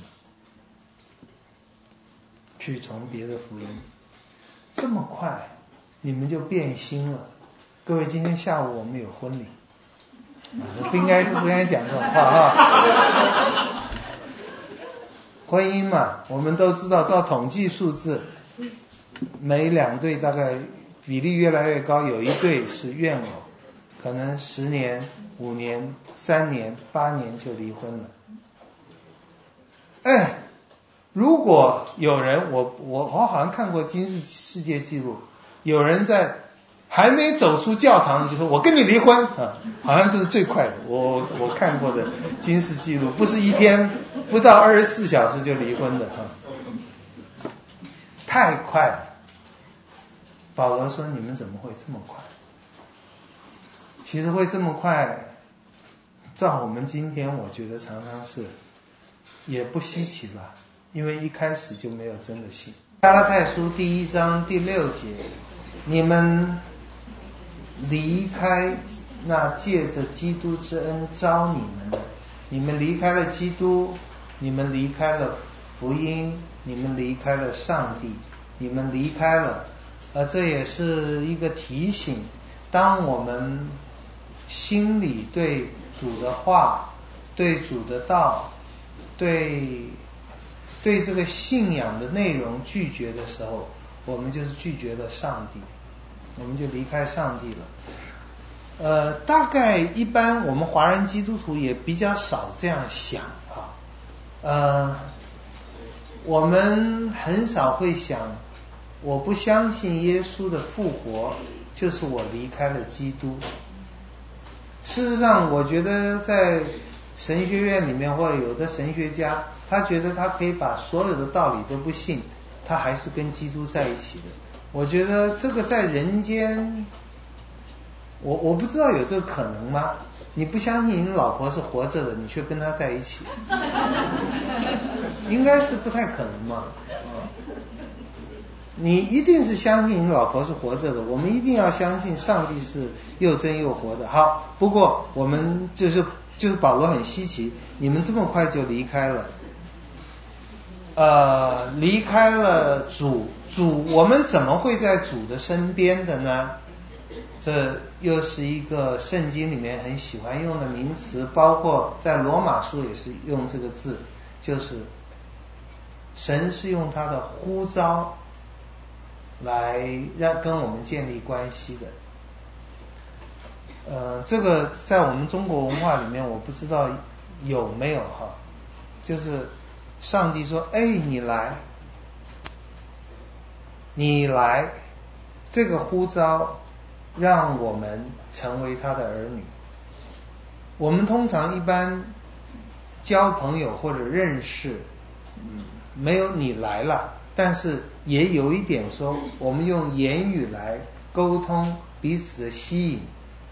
去从别的福音，这么快你们就变心了。各位，今天下午我们有婚礼，我不应该不应该讲这种话啊。婚姻嘛，我们都知道，照统计数字，每两对大概比例越来越高，有一对是怨偶，可能十年、五年、三年、八年就离婚了。哎，如果有人，我我我好像看过吉尼斯世界纪录，有人在还没走出教堂就说我跟你离婚啊，好像这是最快的，我我看过的吉尼斯纪录，不是一天不到二十四小时就离婚的啊，太快了。保罗说你们怎么会这么快？其实会这么快，照我们今天我觉得常常是也不稀奇吧，因为一开始就没有真的信。加拉太书第一章第六节，你们离开那借着基督之恩召你们的，你们离开了基督，你们离开了福音，你们离开了上帝，你们离开了，呃，这也是一个提醒，当我们心里对主的话，对主的道，对对这个信仰的内容拒绝的时候，我们就是拒绝了上帝，我们就离开上帝了。呃，大概一般我们华人基督徒也比较少这样想啊，呃，我们很少会想，我不相信耶稣的复活，就是我离开了基督。事实上，我觉得在神学院里面，或者有的神学家，他觉得他可以把所有的道理都不信，他还是跟基督在一起的。我觉得这个在人间，我我不知道有这个可能吗？你不相信你老婆是活着的，你却跟她在一起，应该是不太可能嘛。你一定是相信你老婆是活着的，我们一定要相信上帝是又真又活的。好，不过我们就是就是保罗很稀奇，你们这么快就离开了，呃，离开了主，主我们怎么会在主的身边的呢？这又是一个圣经里面很喜欢用的名词，包括在罗马书也是用这个字，就是神是用他的呼召来让跟我们建立关系的。呃，这个在我们中国文化里面我不知道有没有哈，就是上帝说：“哎，你来，你来。”这个呼召让我们成为他的儿女。我们通常一般交朋友或者认识，嗯，没有你来了，但是也有一点说，我们用言语来沟通彼此的吸引。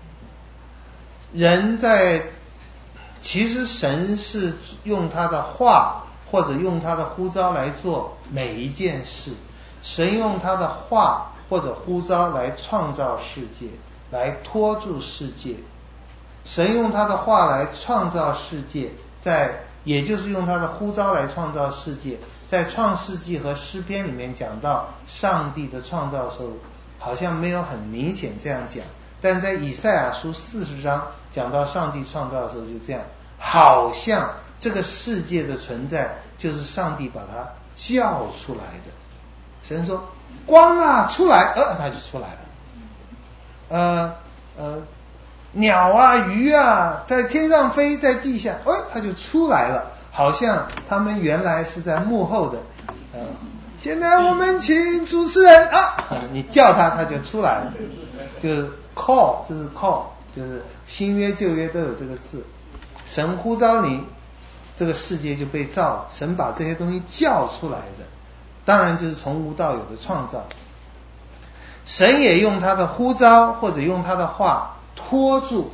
人在其实神是用他的话或者用他的呼召来做每一件事，神用他的话或者呼召来创造世界，来托住世界。神用他的话来创造世界，在也就是用他的呼召来创造世界。在创世纪和诗篇里面讲到上帝的创造的时候，好像没有很明显这样讲，但在以赛亚书四十章讲到上帝创造的时候就这样，好像这个世界的存在就是上帝把它叫出来的。神说光啊出来，呃，它就出来了。呃呃，鸟啊鱼啊在天上飞，在地下，呃，它就出来了。好像他们原来是在幕后的。呃，现在我们请主持人啊，你叫他他就出来了，就是 call， 这是 call， 就是新约旧约都有这个字。神呼召你，这个世界就被造，神把这些东西叫出来的，当然就是从无到有的创造。神也用他的呼召或者用他的话拖住，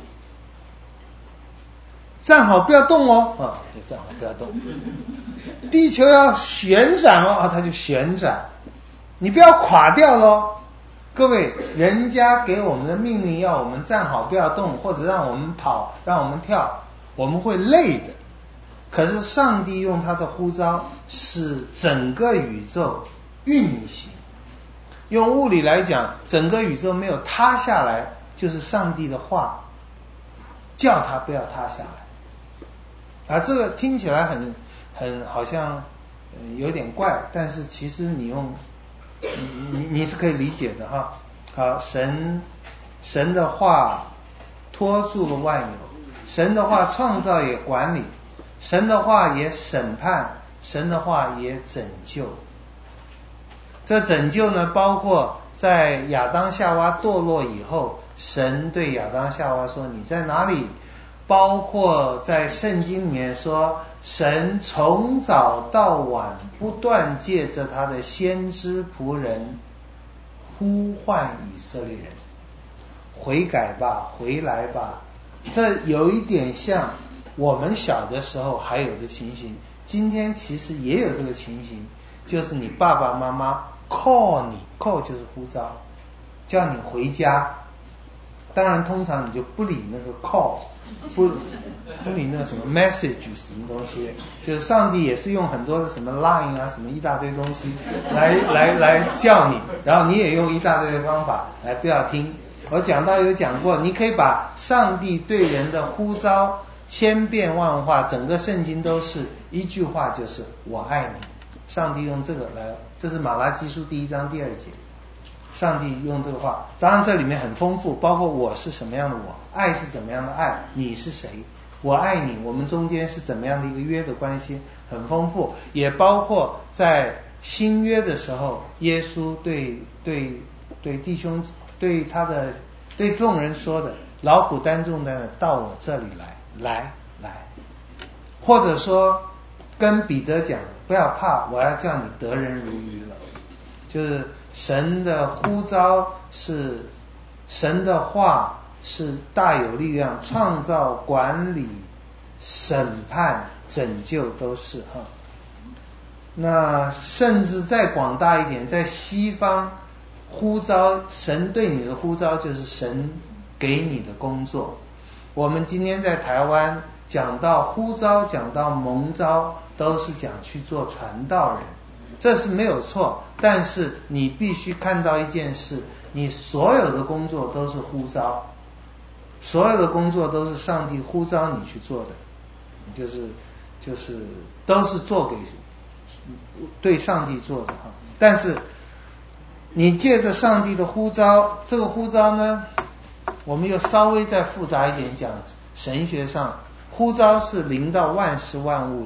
站好不要动哦，啊，就站好不要动。地球要旋转哦，啊，它就旋转。你不要垮掉咯。各位，人家给我们的命令要我们站好不要动，或者让我们跑，让我们跳，我们会累的。可是上帝用他的呼召使整个宇宙运行。用物理来讲，整个宇宙没有塌下来，就是上帝的话叫它不要塌下来。啊，这个听起来很很好像、呃、有点怪，但是其实你用你你是可以理解的哈。好，神神的话托住了万有，神的话创造也管理，神的话也审判，神的话也拯救。这拯救呢，包括在亚当夏娃堕落以后，神对亚当夏娃说你在哪里，包括在圣经里面说神从早到晚不断借着他的先知仆人呼唤以色列人悔改吧，回来吧。这有一点像我们小的时候还有的情形，今天其实也有这个情形，就是你爸爸妈妈 call 你 call 就是呼召，叫你回家。当然通常你就不理那个 call， 不不理那个什么 message 什么东西，就是上帝也是用很多的什么 line 啊什么一大堆东西来来来叫你，然后你也用一大堆的方法来不要听。我讲到有讲过，你可以把上帝对人的呼召千变万化，整个圣经都是一句话，就是我爱你。上帝用这个来，这是马拉基书第一章第二节，上帝用这个话，当然这里面很丰富，包括我是什么样的我，爱是怎么样的爱，你是谁，我爱你，我们中间是怎么样的一个约的关系，很丰富。也包括在新约的时候，耶稣对对对弟兄对他的对众人说的，劳苦担重担的到我这里来来来，或者说跟彼得讲不要怕，我要叫你得人如鱼了。就是神的呼召是神的话是大有力量，创造管理审判拯救都是哈。那甚至再广大一点，在西方呼召，神对你的呼召就是神给你的工作。我们今天在台湾讲到呼召，讲到蒙召，都是讲去做传道人，这是没有错。但是你必须看到一件事，你所有的工作都是呼召，所有的工作都是上帝呼召你去做的，就是就是都是做给对上帝做的。但是你借着上帝的呼召，这个呼召呢，我们又稍微再复杂一点讲，神学上呼召是临到万事万物的，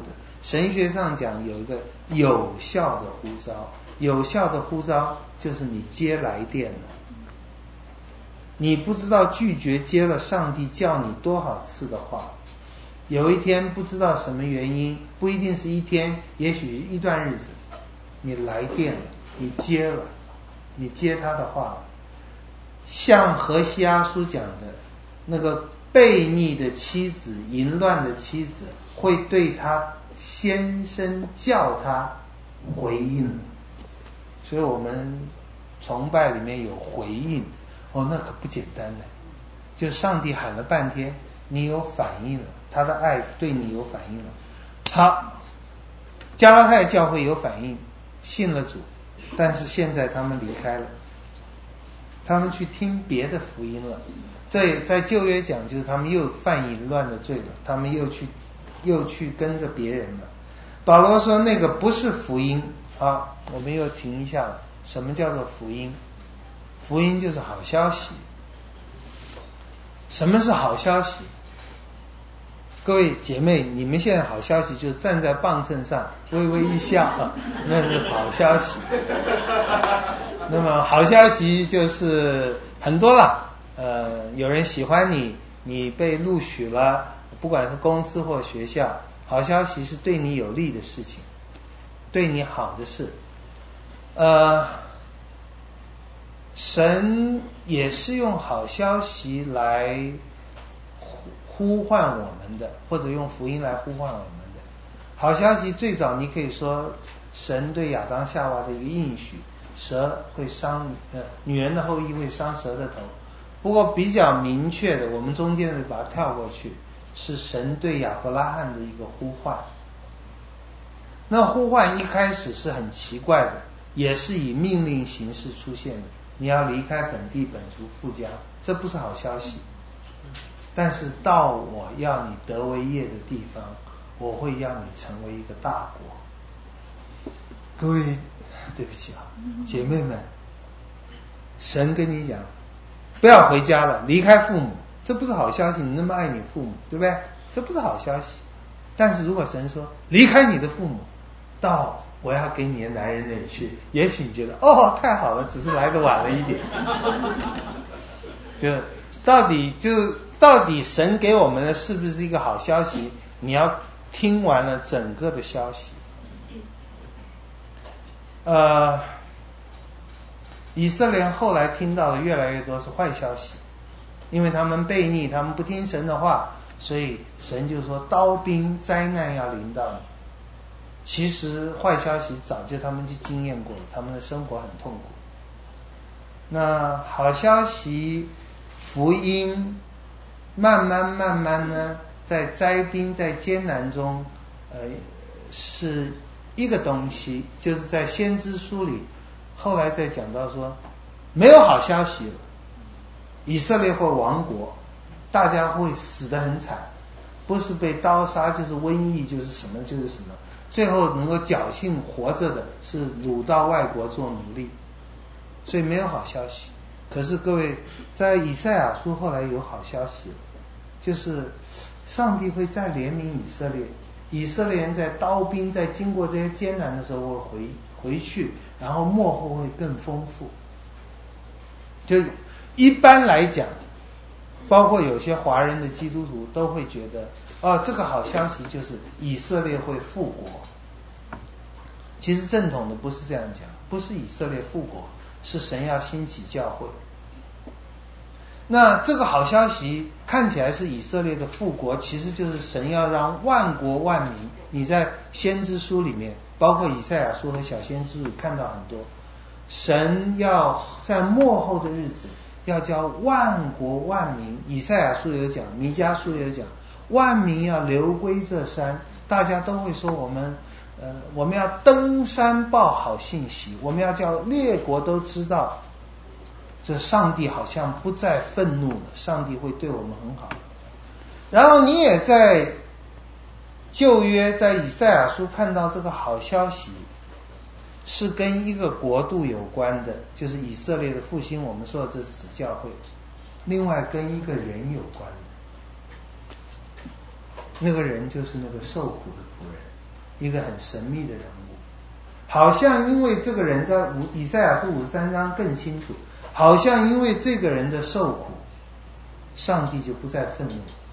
神学上讲有一个有效的呼召，有效的呼召就是你接来电了，你不知道拒绝接了上帝叫你多少次的话，有一天不知道什么原因，不一定是一天，也许一段日子，你来电了，你接了，你接他的话了。像何西阿书讲的，那个悖逆的妻子，淫乱的妻子，会对他先生叫他回应。所以我们崇拜里面有回应，哦，那可不简单的。就上帝喊了半天，你有反应了，他的爱对你有反应了。好，加拉太教会有反应，信了主，但是现在他们离开了，他们去听别的福音了。这在旧约讲，就是他们又犯淫乱的罪了，他们又去又去跟着别人了。保罗说那个不是福音。好，我们又停一下了。什么叫做福音？福音就是好消息。什么是好消息？各位姐妹，你们现在好消息就是站在磅秤上微微一笑，啊，那是好消息。那么好消息就是很多了，呃，有人喜欢你，你被录取了，不管是公司或学校，好消息是对你有利的事情，对你好的事。呃，神也是用好消息来呼唤我们的，或者用福音来呼唤我们的。好消息最早你可以说神对亚当夏娃的一个应许，蛇会伤呃女人的后裔会伤蛇的头。不过比较明确的，我们中间的把它跳过去，是神对亚伯拉罕的一个呼唤。那呼唤一开始是很奇怪的，也是以命令形式出现的，你要离开本地本族父家，这不是好消息。但是到我要你得为业的地方，我会让你成为一个大国。各位对不起啊，姐妹们，神跟你讲不要回家了，离开父母，这不是好消息，你那么爱你父母，对不对？这不是好消息。但是如果神说离开你的父母，到我要给你的男人那里去，也许你觉得哦太好了，只是来的晚了一点。就到底就到底神给我们的是不是一个好消息，你要听完了整个的消息。呃，以色列后来听到的越来越多是坏消息，因为他们悖逆，他们不听神的话，所以神就说刀兵灾难要临到你。其实坏消息早就他们就经验过了，他们的生活很痛苦。那好消息福音慢慢慢慢呢，在灾兵在艰难中呃是一个东西，就是在先知书里后来再讲到说没有好消息了，以色列会亡国，大家会死得很惨，不是被刀杀就是瘟疫就是什么就是什么，最后能够侥幸活着的是掳到外国做奴隶，所以没有好消息。可是各位，在以赛亚书后来有好消息，就是上帝会再怜悯以色列，以色列人在刀兵在经过这些艰难的时候会回回去，然后末后会更丰富。就一般来讲，包括有些华人的基督徒都会觉得哦，这个好消息就是以色列会复国。其实正统的不是这样讲，不是以色列复国，是神要兴起教会。那这个好消息看起来是以色列的复国，其实就是神要让万国万民，你在先知书里面，包括以赛亚书和小先知书里看到很多，神要在末后的日子要叫万国万民，以赛亚书有讲，弥迦书有讲，万民要流归这山，大家都会说我们呃，我们要登山报好信息，我们要叫列国都知道，这上帝好像不再愤怒了，上帝会对我们很好。然后你也在旧约在以赛亚书看到这个好消息是跟一个国度有关的，就是以色列的复兴，我们说的这是指教会，另外跟一个人有关的，那个人就是那个受苦的仆人。 一个很神秘的人物，好像因为这个人在以赛亚书五十三章更清楚，好像因为这个人的受苦，上帝就不再愤怒。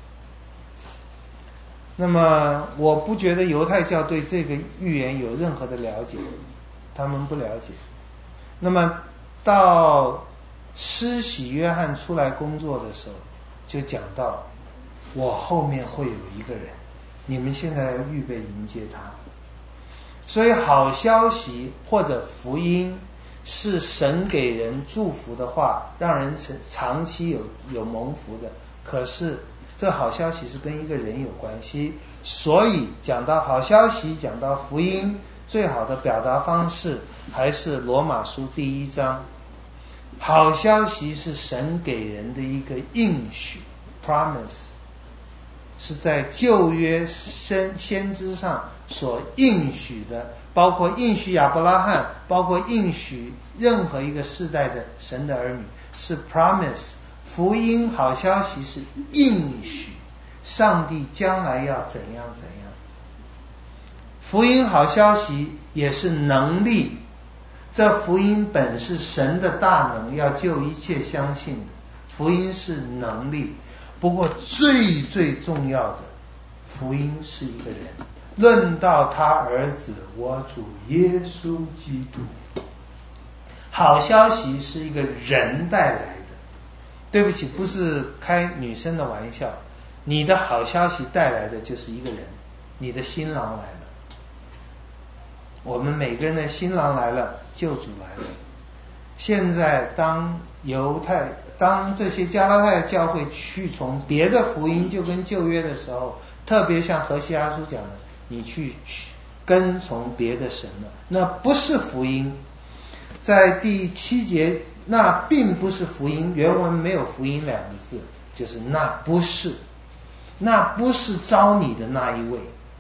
那么我不觉得犹太教对这个预言有任何的了解，他们不了解。那么到施洗约翰出来工作的时候，就讲到我后面会有一个人，你们现在要预备迎接他。所以好消息或者福音是神给人祝福的话，让人长期有有蒙福的。可是这好消息是跟一个人有关系，所以讲到好消息，讲到福音，最好的表达方式还是罗马书第一章。好消息是神给人的一个应许 promise， 是在旧约先先知上所应许的，包括应许亚伯拉罕，包括应许任何一个世代的神的儿女，是 promise。 福音好消息是应许，上帝将来要怎样怎样。福音好消息也是能力，这福音本是神的大能，要救一切相信的。福音是能力，不过最最重要的，福音是一个人。论到他儿子我主耶稣基督，好消息是一个人带来的。对不起，不是开女生的玩笑，你的好消息带来的就是一个人，你的新郎来了。我们每个人的新郎来了，救主来了。现在当犹太当这些加拉太教会去从别的福音，就跟旧约的时候，特别像何西阿书讲的，你去跟从别的神了，那不是福音。在第七节，那并不是福音，原文没有福音两个字，就是那不是，那不是招你的那一位，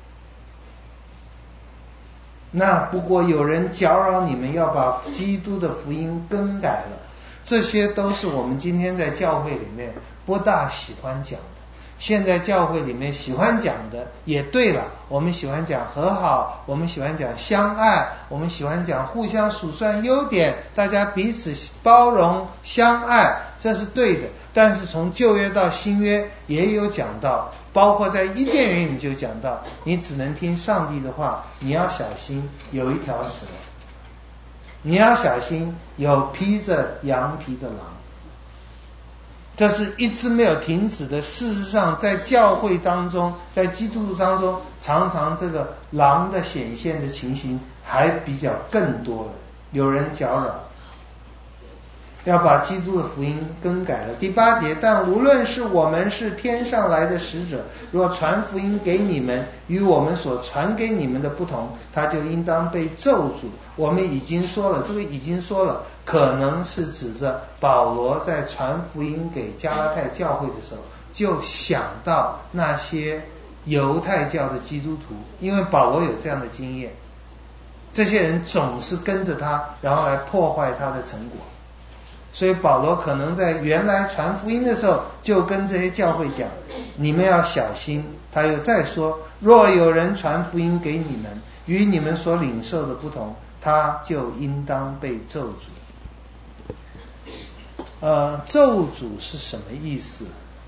那不过有人搅扰你们，要把基督的福音更改了。这些都是我们今天在教会里面不大喜欢讲的。现在教会里面喜欢讲的也对了，我们喜欢讲和好，我们喜欢讲相爱，我们喜欢讲互相数算优点，大家彼此包容相爱，这是对的。但是从旧约到新约也有讲到，包括在伊甸园里就讲到，你只能听上帝的话，你要小心有一条蛇，你要小心有披着羊皮的狼。这是一直没有停止的。事实上在教会当中，在基督徒当中，常常这个狼的显现的情形还比较更多了，有人搅扰，要把基督的福音更改了。第八节，但无论是我们是天上来的使者，若传福音给你们，与我们所传给你们的不同，他就应当被咒诅。我们已经说了，这个已经说了，可能是指着保罗在传福音给加拉太教会的时候，就想到那些犹太教的基督徒，因为保罗有这样的经验，这些人总是跟着他，然后来破坏他的成果。所以保罗可能在原来传福音的时候，就跟这些教会讲，你们要小心。他又再说，若有人传福音给你们，与你们所领受的不同，他就应当被咒诅。呃，咒诅是什么意思？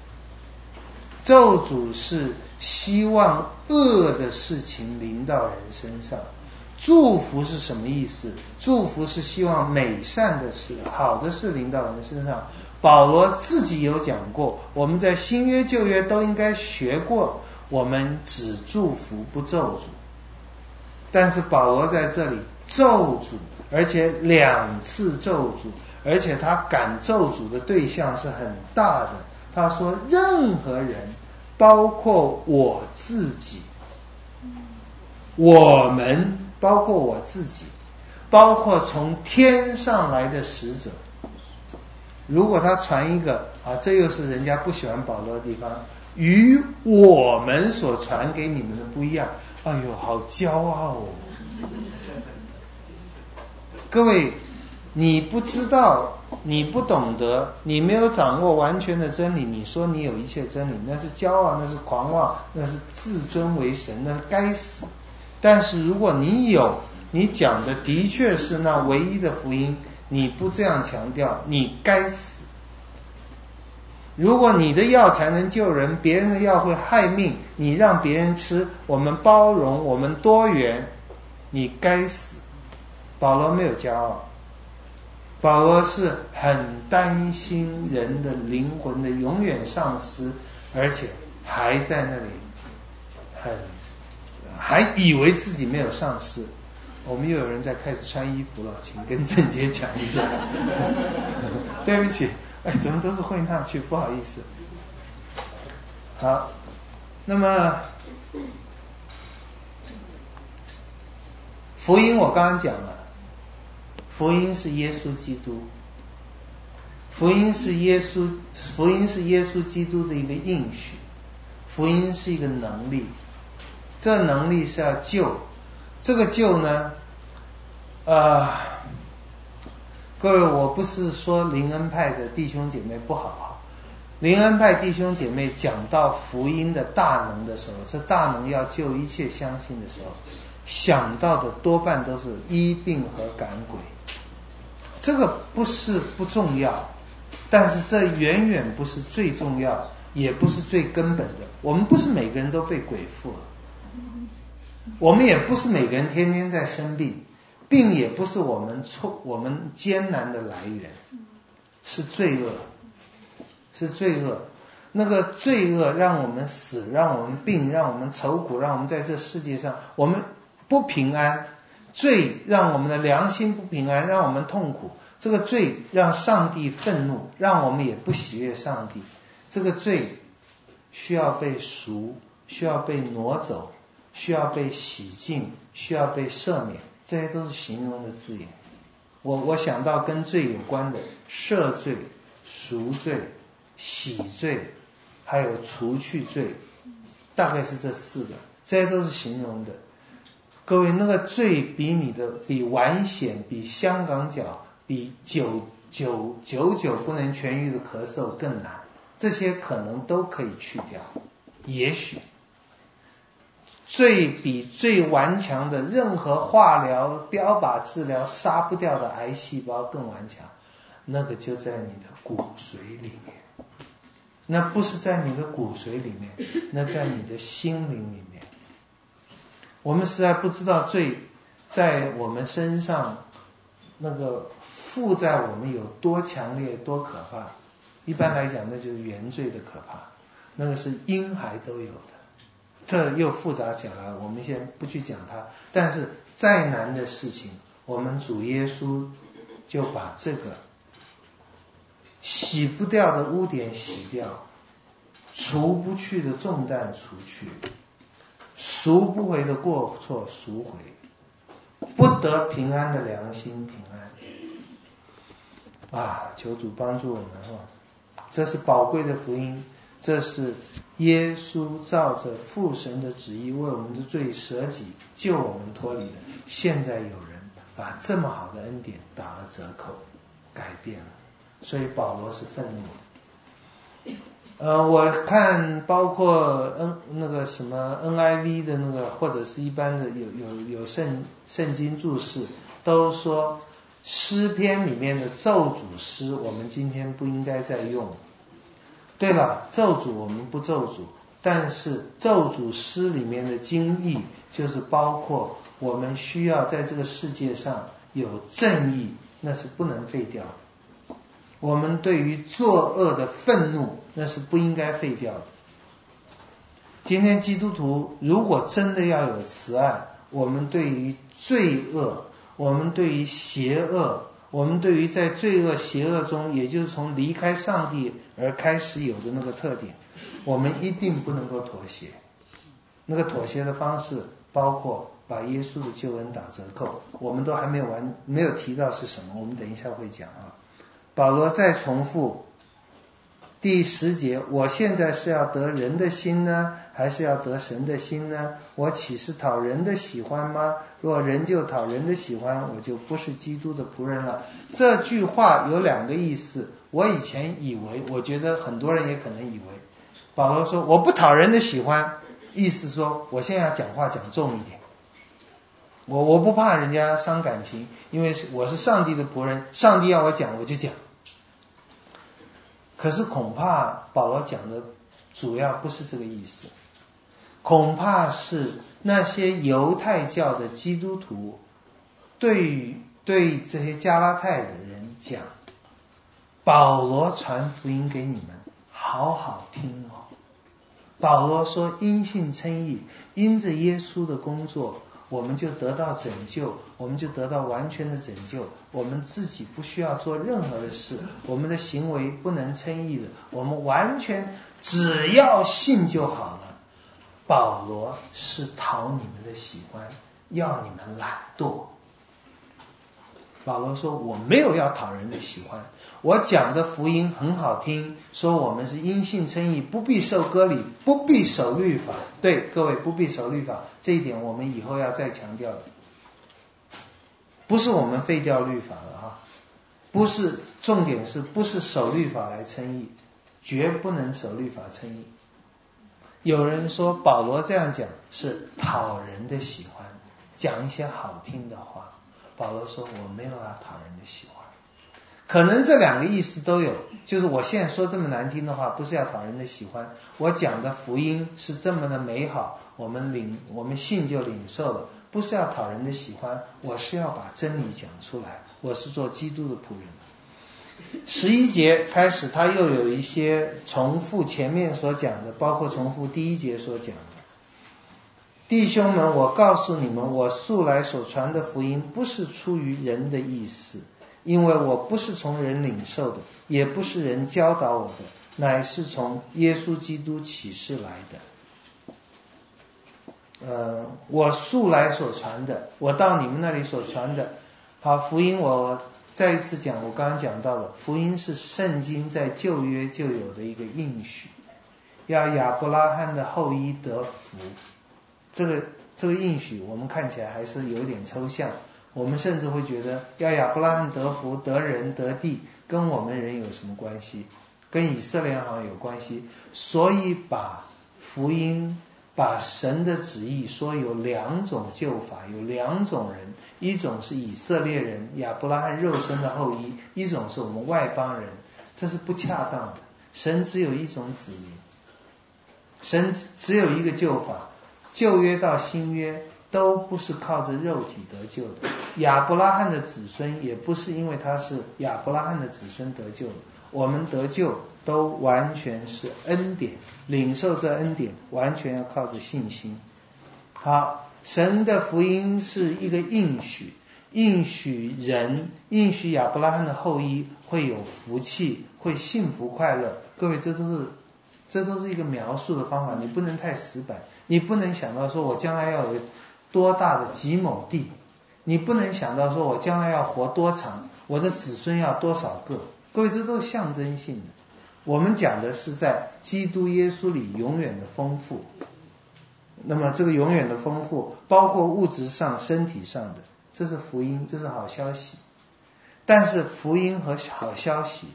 咒诅是希望恶的事情临到人身上。祝福是什么意思？祝福是希望美善的事、好的事临到人身上。保罗自己有讲过，我们在新约旧约都应该学过，我们只祝福不咒诅。但是保罗在这里咒诅，而且两次咒诅，而且他赶咒诅的对象是很大的。他说任何人，包括我自己，我们包括我自己，包括从天上来的使者，如果他传一个啊，这又是人家不喜欢保罗的地方，与我们所传给你们的不一样，哎呦好骄傲哦。各位，你不知道，你不懂得，你没有掌握完全的真理，你说你有一切真理，那是骄傲，那是狂妄，那是自尊为神，那是该死。 但是如果你有，你讲的的确是那唯一的福音，你不这样强调，你该死。如果你的药才能救人，别人的药会害命，你让别人吃，我们包容，我们多元，你该死。保罗没有骄傲，保罗是很担心人的灵魂的永远丧失，而且还在那里很还以为自己没有丧失。我们又有人在开始穿衣服了，请跟郑杰讲一下。对不起，哎，怎么都是混上去，不好意思。好，那么福音我刚刚讲了，福音是耶稣基督，福音是耶稣，福音是耶稣基督的一个应许，福音是一个能力，这能力是要救。这个救呢，呃，各位，我不是说灵恩派的弟兄姐妹不好，灵恩派弟兄姐妹讲到福音的大能的时候，是大能要救一切相信的时候，想到的多半都是医病和赶鬼。这个不是不重要，但是这远远不是最重要，也不是最根本的。我们不是每个人都被鬼附了，我们也不是每个人天天在生病，病也不是我们错我们艰难的来源，是罪恶，是罪恶。那个罪恶让我们死，让我们病，让我们愁苦，让我们在这世界上我们不平安。罪让我们的良心不平安，让我们痛苦。这个罪让上帝愤怒，让我们也不喜悦上帝。这个罪需要被赎，需要被挪走，需要被洗净，需要被赦免，这些都是形容的字眼。我我想到跟罪有关的赦罪、赎罪、洗罪，还有除去罪，大概是这四个，这些都是形容的。各位，那个罪比你的比顽癣，比香港脚，比久久久久不能痊愈的咳嗽更难，这些可能都可以去掉。也许罪比最顽强的任何化疗、标靶治疗杀不掉的癌细胞更顽强，那个就在你的骨髓里面，那不是在你的骨髓里面，那在你的心灵里面。我们实在不知道罪在我们身上那个附在我们有多强烈多可怕。一般来讲那就是原罪的可怕，那个是婴孩都有的，这又复杂起来，我们先不去讲它。但是再难的事情，我们主耶稣就把这个洗不掉的污点洗掉，除不去的重担除去，赎不回的过错赎回，不得平安的良心平安。啊，求主帮助我们哦！这是宝贵的福音，这是耶稣照着父神的旨意为我们的罪舍己，救我们脱离的。现在有人把这么好的恩典打了折扣，改变了，所以保罗是愤怒的。呃，我看包括 N 那个什么 N I V 的那个，或者是一般的有有有圣圣经注释，都说诗篇里面的咒诅诗，我们今天不应该再用。对了，咒诅我们不咒诅，但是咒诅诗里面的经义，就是包括我们需要在这个世界上有正义，那是不能废掉的。我们对于作恶的愤怒，那是不应该废掉的。今天基督徒如果真的要有慈爱，我们对于罪恶，我们对于邪恶，我们对于在罪恶邪恶中，也就是从离开上帝而开始有的那个特点，我们一定不能够妥协。那个妥协的方式包括把耶稣的救恩打折扣，我们都还没有完，没有提到是什么，我们等一下会讲啊。保罗再重复第十节，我现在是要得人的心呢，还是要得神的心呢？我岂是讨人的喜欢吗？若人就讨人的喜欢，我就不是基督的仆人了。这句话有两个意思，我以前以为，我觉得很多人也可能以为，保罗说我不讨人的喜欢，意思说我现在要讲话讲重一点， 我我不怕人家伤感情，因为我是上帝的仆人，上帝要我讲我就讲。可是恐怕保罗讲的主要不是这个意思，恐怕是那些犹太教的基督徒对于对这些加拉太的人讲，保罗传福音给你们好好听哦。保罗说因信称义，因着耶稣的工作我们就得到拯救，我们就得到完全的拯救，我们自己不需要做任何的事，我们的行为不能称义的，我们完全只要信就好了。保罗是讨你们的喜欢，要你们懒惰。保罗说我没有要讨人的喜欢，我讲的福音很好听，说我们是因信称义，不必受割礼，不必守律法。对，各位，不必守律法，这一点我们以后要再强调的。不是我们废掉律法了啊，不是，重点是不是守律法来称义，绝不能守律法称义。有人说保罗这样讲是讨人的喜欢，讲一些好听的话。保罗说我没有要讨人的喜欢，可能这两个意思都有，就是我现在说这么难听的话不是要讨人的喜欢，我讲的福音是这么的美好，我们领我们信就领受了，不是要讨人的喜欢，我是要把真理讲出来，我是做基督的仆人。十一节开始他又有一些重复前面所讲的，包括重复第一节所讲的。弟兄们，我告诉你们，我素来所传的福音不是出于人的意思，因为我不是从人领受的，也不是人教导我的，乃是从耶稣基督启示来的。呃，我素来所传的，我到你们那里所传的，好，福音我再一次讲，我刚刚讲到了，福音是圣经在旧约就有的一个应许，要亚伯拉罕的后裔得福。这个这个应许我们看起来还是有点抽象，我们甚至会觉得要亚伯拉罕得福得人得地跟我们人有什么关系，跟以色列人好像有关系，所以把福音把神的旨意说有两种救法，有两种人，一种是以色列人亚伯拉罕肉身的后裔，一种是我们外邦人，这是不恰当的。神只有一种子民，神只有一个救法，旧约到新约都不是靠着肉体得救的，亚伯拉罕的子孙也不是因为他是亚伯拉罕的子孙得救的，我们得救都完全是恩典，领受这恩典完全要靠着信心。好，神的福音是一个应许，应许人，应许亚伯拉罕的后裔会有福气，会幸福快乐。各位，这都是这都是一个描述的方法，你不能太死板，你不能想到说我将来要有多大的几亩地，你不能想到说我将来要活多长，我的子孙要多少个。各位，这都是象征性的，我们讲的是在基督耶稣里永远的丰富。那么这个永远的丰富包括物质上身体上的，这是福音，这是好消息。但是福音和好消息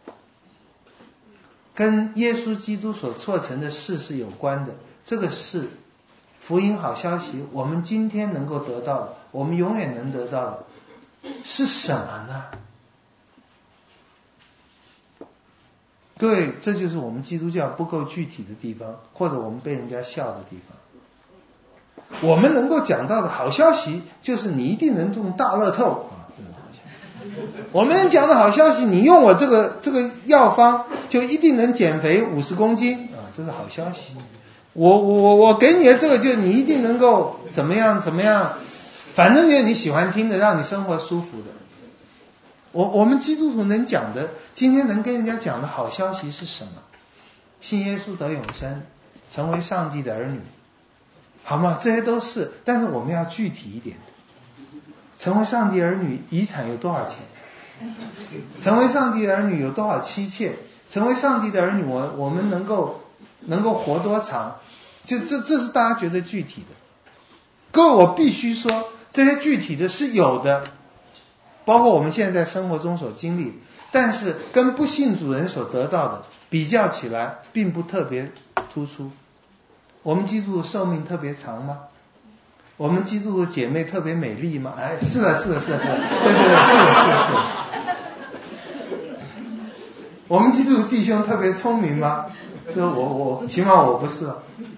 跟耶稣基督所做成的事是有关的，这个事福音好消息我们今天能够得到的，我们永远能得到的是什么呢？各位，这就是我们基督教不够具体的地方，或者我们被人家笑的地方。我们能够讲到的好消息就是你一定能中大乐透啊！我们讲的好消息，你用我这个这个药方就一定能减肥五十公斤啊！这是好消息。我我我给你的这个就你一定能够怎么样怎么样，反正就是你喜欢听的，让你生活舒服的。我我们基督徒能讲的，今天能跟人家讲的好消息是什么？信耶稣得永生，成为上帝的儿女，好吗？这些都是，但是我们要具体一点。成为上帝儿女，遗产有多少钱？成为上帝的儿女有多少妻妾？成为上帝的儿女，我我们能够能够活多长？就这这是大家觉得具体的。各位，我必须说，这些具体的是有的，包括我们现在在生活中所经历，但是跟不信主人所得到的比较起来，并不特别突出。我们基督徒寿命特别长吗？ 我们基督徒姐妹特别美丽吗？哎，是的，是的，是的，是的，对对对，是的，是的，是的。我们基督徒弟兄特别聪明吗？这我我起码我不是。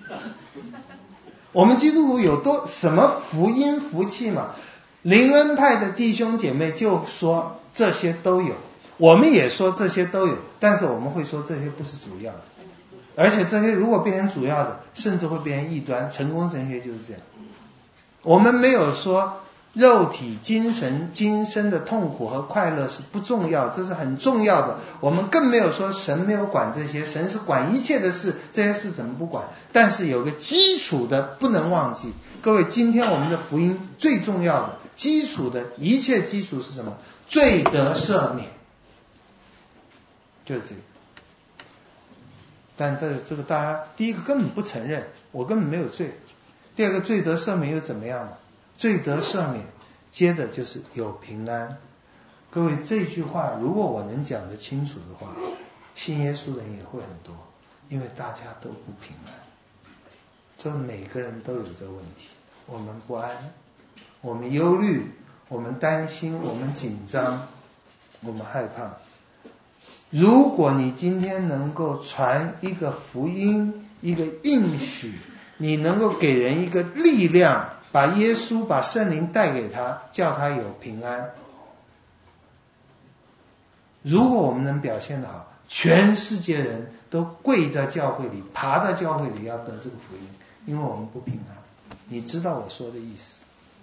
我们基督徒有多什么福音福气嘛？灵恩派的弟兄姐妹就说这些都有，我们也说这些都有，但是我们会说这些不是主要的，而且这些如果变成主要的，甚至会变成异端。成功神学就是这样。我们没有说肉体、精神、今生的痛苦和快乐是不重要，这是很重要的。我们更没有说神没有管这些，神是管一切的事，这些事怎么不管？但是有个基础的不能忘记，各位，今天我们的福音最重要的基础的一切基础是什么？罪得赦免，就是这个。但这个这个大家第一个根本不承认，我根本没有罪。第二个，罪得赦免又怎么样呢？罪得赦免，接着就是有平安。各位，这句话如果我能讲得清楚的话，信耶稣的人也会很多，因为大家都不平安。这每个人都有这个问题，我们不安，我们忧虑，我们担心，我们紧张，我们害怕。如果你今天能够传一个福音，一个应许，你能够给人一个力量，把耶稣把圣灵带给他，叫他有平安。如果我们能表现得好，全世界人都跪在教会里，爬在教会里要得这个福音，因为我们不平安。你知道我说的意思？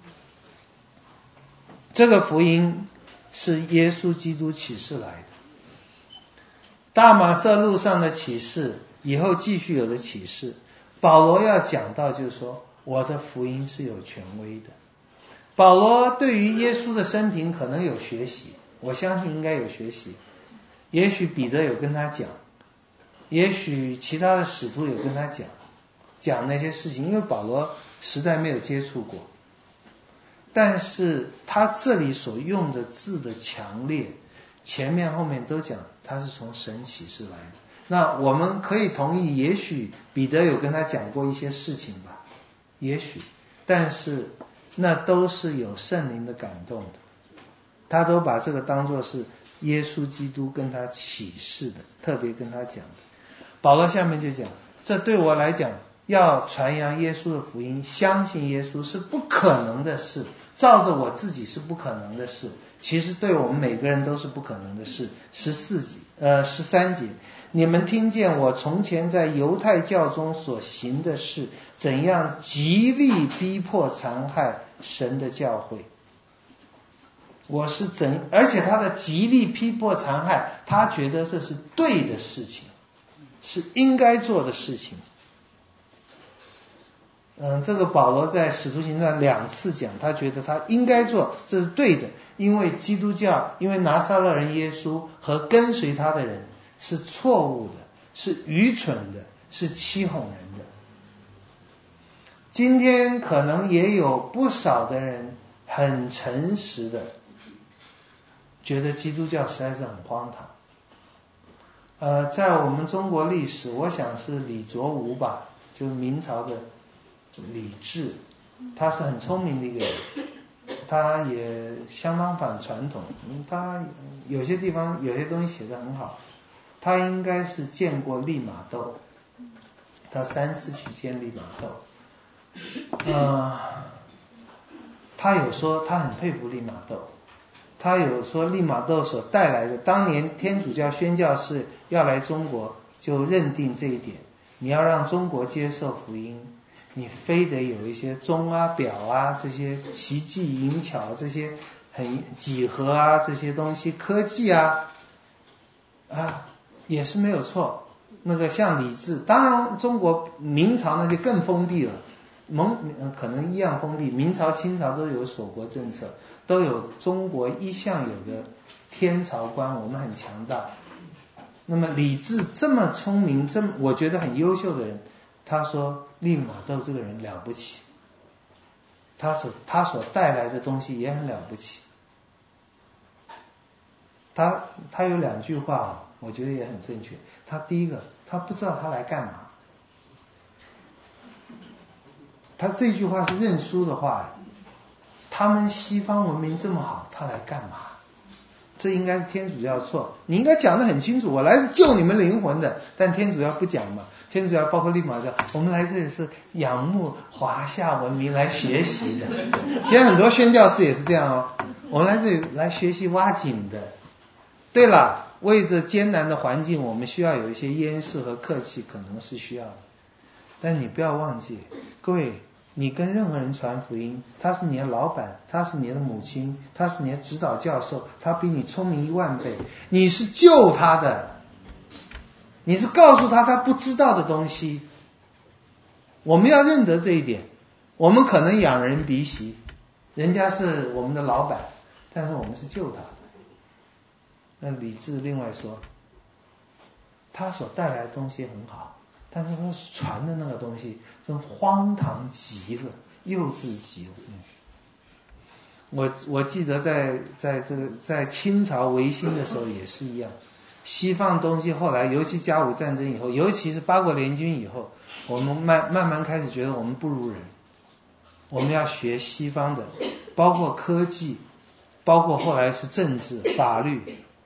这个福音是耶稣基督启示来的，大马色路上的启示，以后继续有的启示。保罗要讲到就是说，我的福音是有权威的。保罗对于耶稣的生平可能有学习，我相信应该有学习，也许彼得有跟他讲，也许其他的使徒有跟他讲讲那些事情，因为保罗实在没有接触过。但是他这里所用的字的强烈，前面后面都讲他是从神启示来的。那我们可以同意，也许彼得有跟他讲过一些事情吧，也许，但是那都是有圣灵的感动的，他都把这个当作是耶稣基督跟他启示的，特别跟他讲的。保罗下面就讲，这对我来讲，要传扬耶稣的福音，相信耶稣是不可能的事，照着我自己是不可能的事，其实对我们每个人都是不可能的事。十四节呃十三节，你们听见我从前在犹太教中所行的事，怎样极力逼迫残害神的教会。我是怎，而且他的极力逼迫残害，他觉得这是对的事情，是应该做的事情。嗯，这个保罗在使徒行传两次讲，他觉得他应该做，这是对的，因为基督教，因为拿撒勒人耶稣和跟随他的人是错误的，是愚蠢的，是欺哄人的。今天可能也有不少的人很诚实的觉得基督教实在是很荒唐。呃，在我们中国历史，我想是李卓吾吧，就是明朝的李治，他是很聪明的一个人，他也相当反传统，他有些地方有些东西写得很好。他应该是见过利玛窦，他三次去见利玛窦。呃，他有说他很佩服利玛窦，他有说利玛窦所带来的，当年天主教宣教士要来中国，就认定这一点，你要让中国接受福音，你非得有一些钟啊表啊这些奇技淫巧，这些很几何啊这些东西，科技啊啊也是没有错。那个像李治，当然中国明朝那就更封闭了，蒙可能一样封闭，明朝清朝都有锁国政策，都有中国一向有的天朝观，我们很强大。那么李治这么聪明，这么我觉得很优秀的人，他说利玛窦这个人了不起，他所他所带来的东西也很了不起。他他有两句话我觉得也很正确。他第一个，他不知道他来干嘛。 他这句话是认输的话，他们西方文明这么好，他来干嘛？这应该是天主教错，你应该讲得很清楚，我来是救你们灵魂的，但天主教不讲嘛，天主教包括利玛教，我们来这里是仰慕华夏文明来学习的，其实很多宣教士也是这样哦，我们来这里来学习挖井的。对了，为着艰难的环境，我们需要有一些掩饰和客气，可能是需要的，但你不要忘记，各位，你跟任何人传福音，他是你的老板，他是你的母亲，他是你的指导教授，他比你聪明一万倍，你是救他的，你是告诉他他不知道的东西。我们要认得这一点，我们可能仰人鼻息，人家是我们的老板，但是我们是救他的。那李治另外说，他所带来的东西很好，但是他传的那个东西真荒唐极了，幼稚极了。我我记得在在这个在清朝维新的时候也是一样，西方东西后来，尤其甲午战争以后，尤其是八国联军以后，我们慢慢慢开始觉得我们不如人，我们要学西方的，包括科技，包括后来是政治、法律。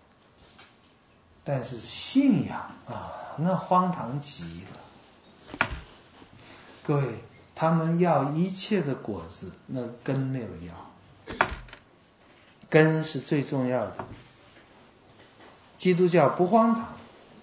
但是信仰啊，那荒唐极了。各位，他们要一切的果子，那根没有要，根是最重要的。基督教不荒唐，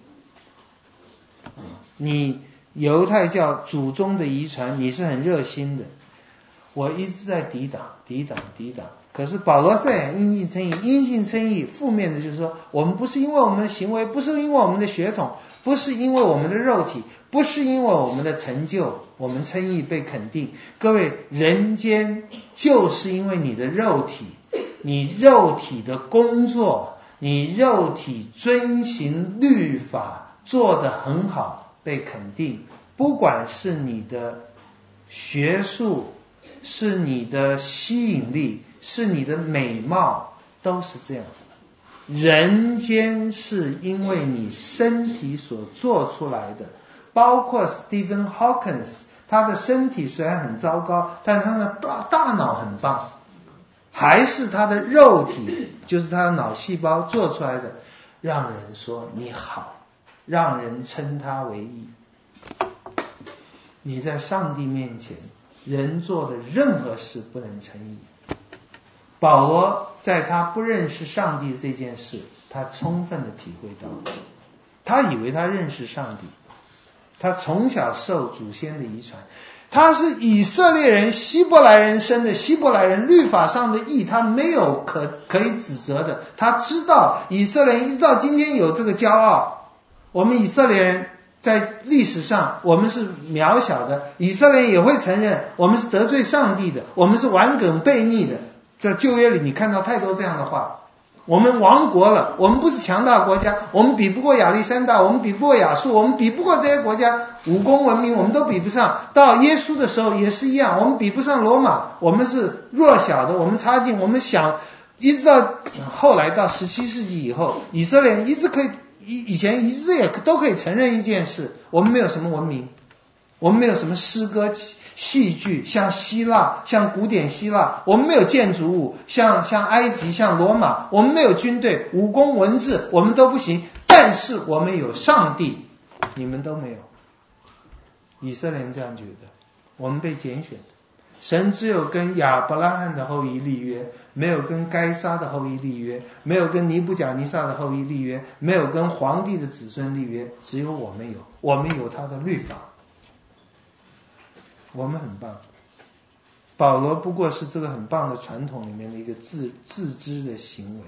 你犹太教祖宗的遗传，你是很热心的，我一直在抵挡、抵挡、抵挡。可是保罗在讲因信称义，因信称义负面的就是说，我们不是因为我们的行为，不是因为我们的血统，不是因为我们的肉体，不是因为我们的成就，我们称义被肯定。各位，人间就是因为你的肉体，你肉体的工作，你肉体遵行律法做得很好被肯定，不管是你的学术，是你的吸引力，是你的美貌，都是这样。人间是因为你身体所做出来的，包括 Stephen Hawking， 他的身体虽然很糟糕，但他的大大脑很棒，还是他的肉体，就是他的脑细胞做出来的，让人说你好，让人称他为义。你在上帝面前，人做的任何事不能称义。保罗在他不认识上帝这件事，他充分的体会到，他以为他认识上帝，他从小受祖先的遗传，他是以色列人希伯来人生的，希伯来人律法上的义他没有可可以指责的，他知道以色列人一直到今天有这个骄傲，我们以色列人在历史上我们是渺小的，以色列人也会承认我们是得罪上帝的，我们是顽梗悖逆的。在旧约里你看到太多这样的话，我们亡国了，我们不是强大国家，我们比不过亚历山大，我们比不过亚述，我们比不过这些国家，武功文明我们都比不上，到耶稣的时候也是一样，我们比不上罗马，我们是弱小的，我们差劲，我们想一直到后来到十七世纪以后，以色列人一直可以以以前一直也都可以承认一件事，我们没有什么文明，我们没有什么诗歌戏剧，像希腊，像古典希腊，我们没有建筑物，像像埃及，像罗马，我们没有军队，武功文字我们都不行，但是我们有上帝，你们都没有。以色列人这样觉得，我们被拣选的，神只有跟亚伯拉罕的后裔立约，没有跟该撒的后裔立约，没有跟尼布甲尼撒的后裔立约，没有跟皇帝的子孙立约，只有我们有，我们有他的律法，我们很棒。保罗不过是这个很棒的传统里面的一个自自知的行为。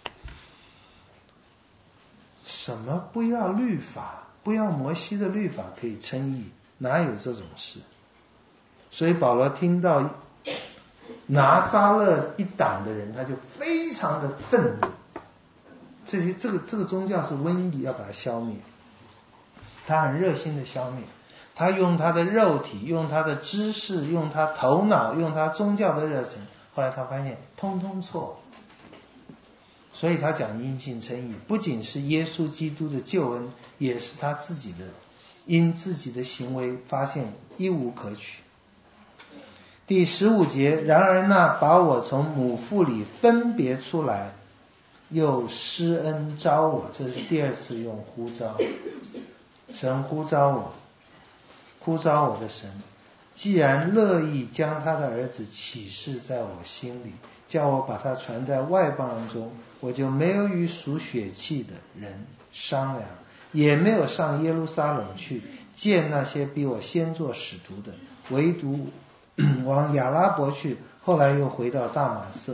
什么不要律法，不要摩西的律法可以称义，哪有这种事？所以保罗听到拿撒勒一党的人，他就非常的愤怒，这些这个这个宗教是瘟疫，要把它消灭。他很热心的消灭，他用他的肉体，用他的知识，用他头脑，用他宗教的热忱，后来他发现通通错。所以他讲因信称义，不仅是耶稣基督的救恩，也是他自己的因自己的行为发现一无可取。 第十五节，然而那把我从母腹里分别出来，又施恩招我，这是第二次用呼召，神呼召我，呼召我的神，既然乐意将他的儿子启示在我心里，叫我把他传在外邦人中，我就没有与属血气的人商量，也没有上耶路撒冷去见那些比我先做使徒的，唯独往亚拉伯去，后来又回到大马色。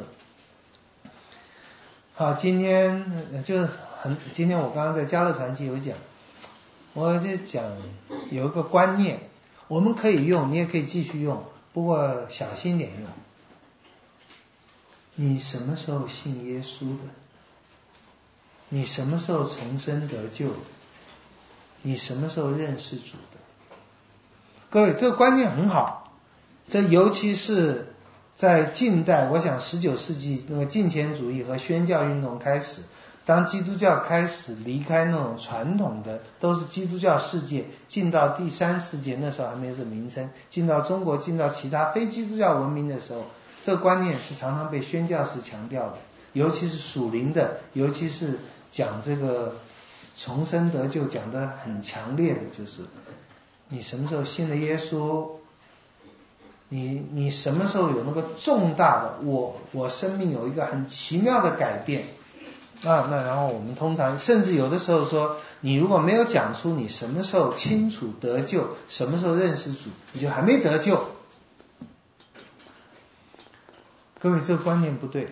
好，今天就很，今天我刚刚在加勒团契有讲，我就讲有一个观念，我们可以用，你也可以继续用，不过小心点用。你什么时候信耶稣的？你什么时候重生得救？你什么时候认识主的？各位，这个观念很好。这尤其是在近代，我想十九世纪那个敬虔主义和宣教运动开始，当基督教开始离开那种传统的都是基督教世界，进到第三世界，那时候还没有这名称，进到中国，进到其他非基督教文明的时候，这个观念是常常被宣教士强调的，尤其是属灵的，尤其是讲这个重生得救讲得很强烈的，就是你什么时候信了耶稣，你你什么时候有那个重大的我我生命有一个很奇妙的改变啊？那然后我们通常甚至有的时候说，你如果没有讲出你什么时候清楚得救，什么时候认识主，你就还没得救。各位，这个观念不对。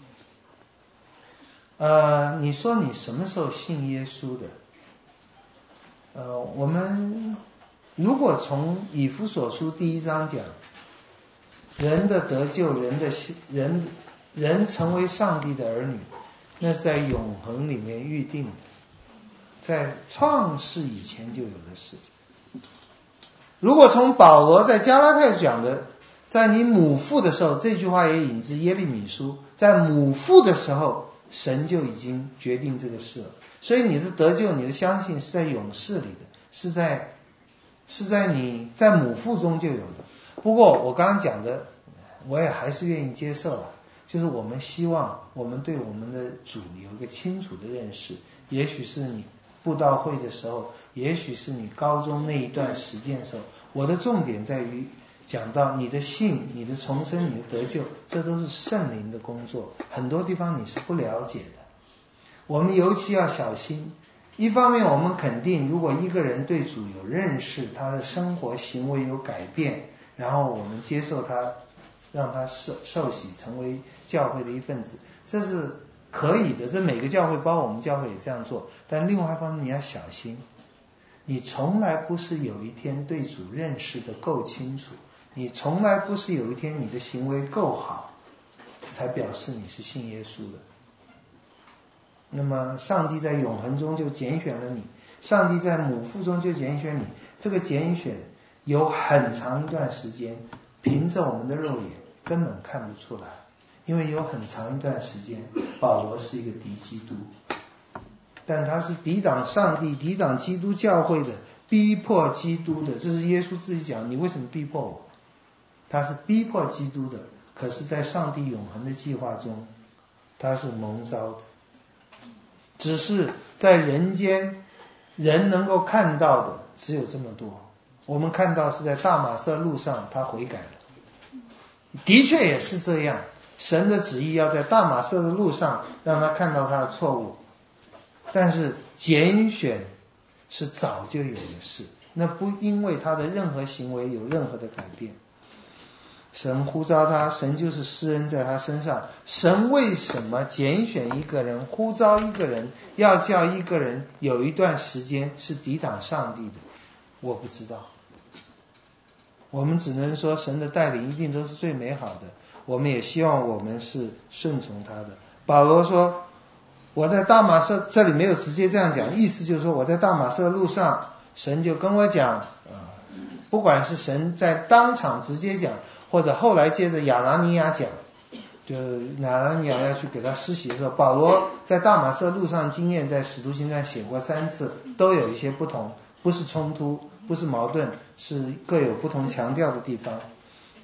呃，你说你什么时候信耶稣的？呃，我们如果从以弗所书第一章讲，人的得救，人的人人成为上帝的儿女，那是在永恒里面预定的，在创世以前就有的事情。如果从保罗在加拉太讲的，在你母腹的时候，这句话也引自耶利米书，在母腹的时候，神就已经决定这个事了。所以你的得救，你的相信是在永世里的，是在是在你在母腹中就有的。不过我刚刚讲的，我也还是愿意接受了，就是我们希望我们对我们的主有一个清楚的认识，也许是你布道会的时候，也许是你高中那一段实践的时候，我的重点在于讲到你的信，你的重生，你的得救，这都是圣灵的工作，很多地方你是不了解的。我们尤其要小心，一方面我们肯定，如果一个人对主有认识，他的生活行为有改变，然后我们接受他，让他受受洗成为教会的一份子，这是可以的，这每个教会包括我们教会也这样做。但另外一方面你要小心，你从来不是有一天对主认识的够清楚，你从来不是有一天你的行为够好才表示你是信耶稣的。那么上帝在永恒中就拣选了你，上帝在母腹中就拣选你，这个拣选有很长一段时间凭着我们的肉眼根本看不出来，因为有很长一段时间保罗是一个敌基督，但他是抵挡上帝，抵挡基督教会的，逼迫基督的，这是耶稣自己讲，你为什么逼迫我？他是逼迫基督的，可是在上帝永恒的计划中他是蒙召的，只是在人间人能够看到的只有这么多。我们看到是在大马色路上他悔改了，的确也是这样，神的旨意要在大马色的路上让他看到他的错误，但是拣选是早就有的事，那不因为他的任何行为有任何的改变。神呼召他，神就是施恩在他身上。神为什么拣选一个人，呼召一个人，要叫一个人有一段时间是抵挡上帝的，我不知道。我们只能说神的带领一定都是最美好的，我们也希望我们是顺从他的。保罗说我在大马色，这里没有直接这样讲，意思就是说我在大马色路上，神就跟我讲、呃、不管是神在当场直接讲，或者后来接着亚拿尼亚讲，就亚拿尼亚要去给他施洗的时候，保罗在大马色路上经验在使徒行传写过三次，都有一些不同，不是冲突，不是矛盾，是各有不同强调的地方。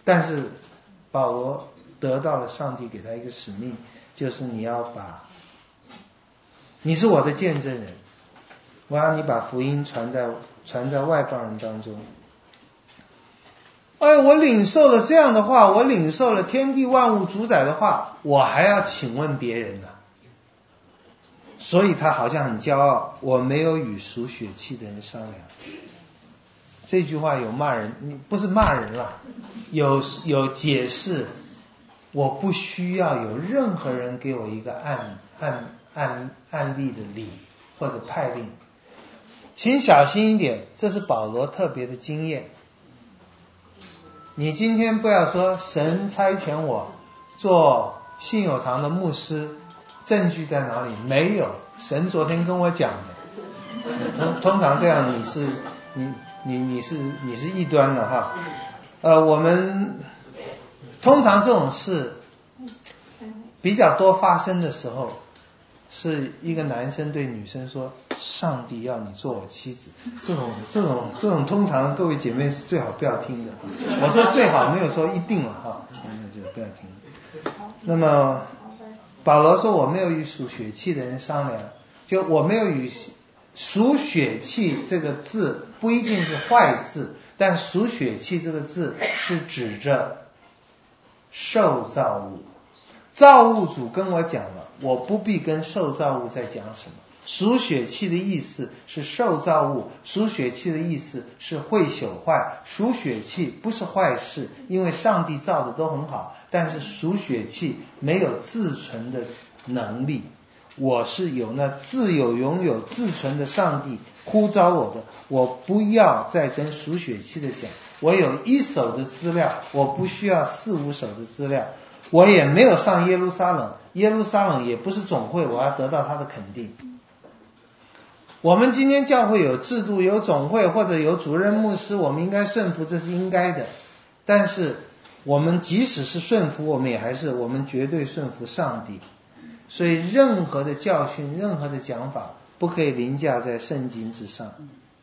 但是保罗得到了上帝给他一个使命，就是你要把，你是我的见证人，我要你把福音传在传在外邦人当中。哎，我领受了这样的话，我领受了天地万物主宰的话，我还要请问别人呢？所以他好像很骄傲，我没有与属血气的人商量。这句话有骂人，不是骂人了，有有解释，我不需要有任何人给我一个案案案案例的理或者派令。请小心一点，这是保罗特别的经验。你今天不要说神差遣我做信友堂的牧师，证据在哪里？没有，神昨天跟我讲的。通通常这样，你是你你你是你是异端了哈。呃，我们通常这种事比较多发生的时候，是一个男生对女生说：“上帝要你做我妻子。”这种这种这种，通常各位姐妹是最好不要听的。我说最好，没有说一定了哈，那就不要听。那么保罗说：“我没有与属血气的人商量。”就我没有与属血气这个字不一定是坏字，但属血气这个字是指着受造物。造物主跟我讲了，我不必跟受造物再讲什么。属血气的意思是受造物，属血气的意思是会朽坏。属血气不是坏事，因为上帝造的都很好，但是属血气没有自存的能力。我是有那自有拥有自存的上帝呼召我的，我不要再跟属血气的讲，我有一手的资料，我不需要四五手的资料。我也没有上耶路撒冷，耶路撒冷也不是总会，我要得到他的肯定。我们今天教会有制度，有总会或者有主任牧师，我们应该顺服，这是应该的。但是我们即使是顺服，我们也还是我们绝对顺服上帝。所以任何的教训，任何的讲法不可以凌驾在圣经之上。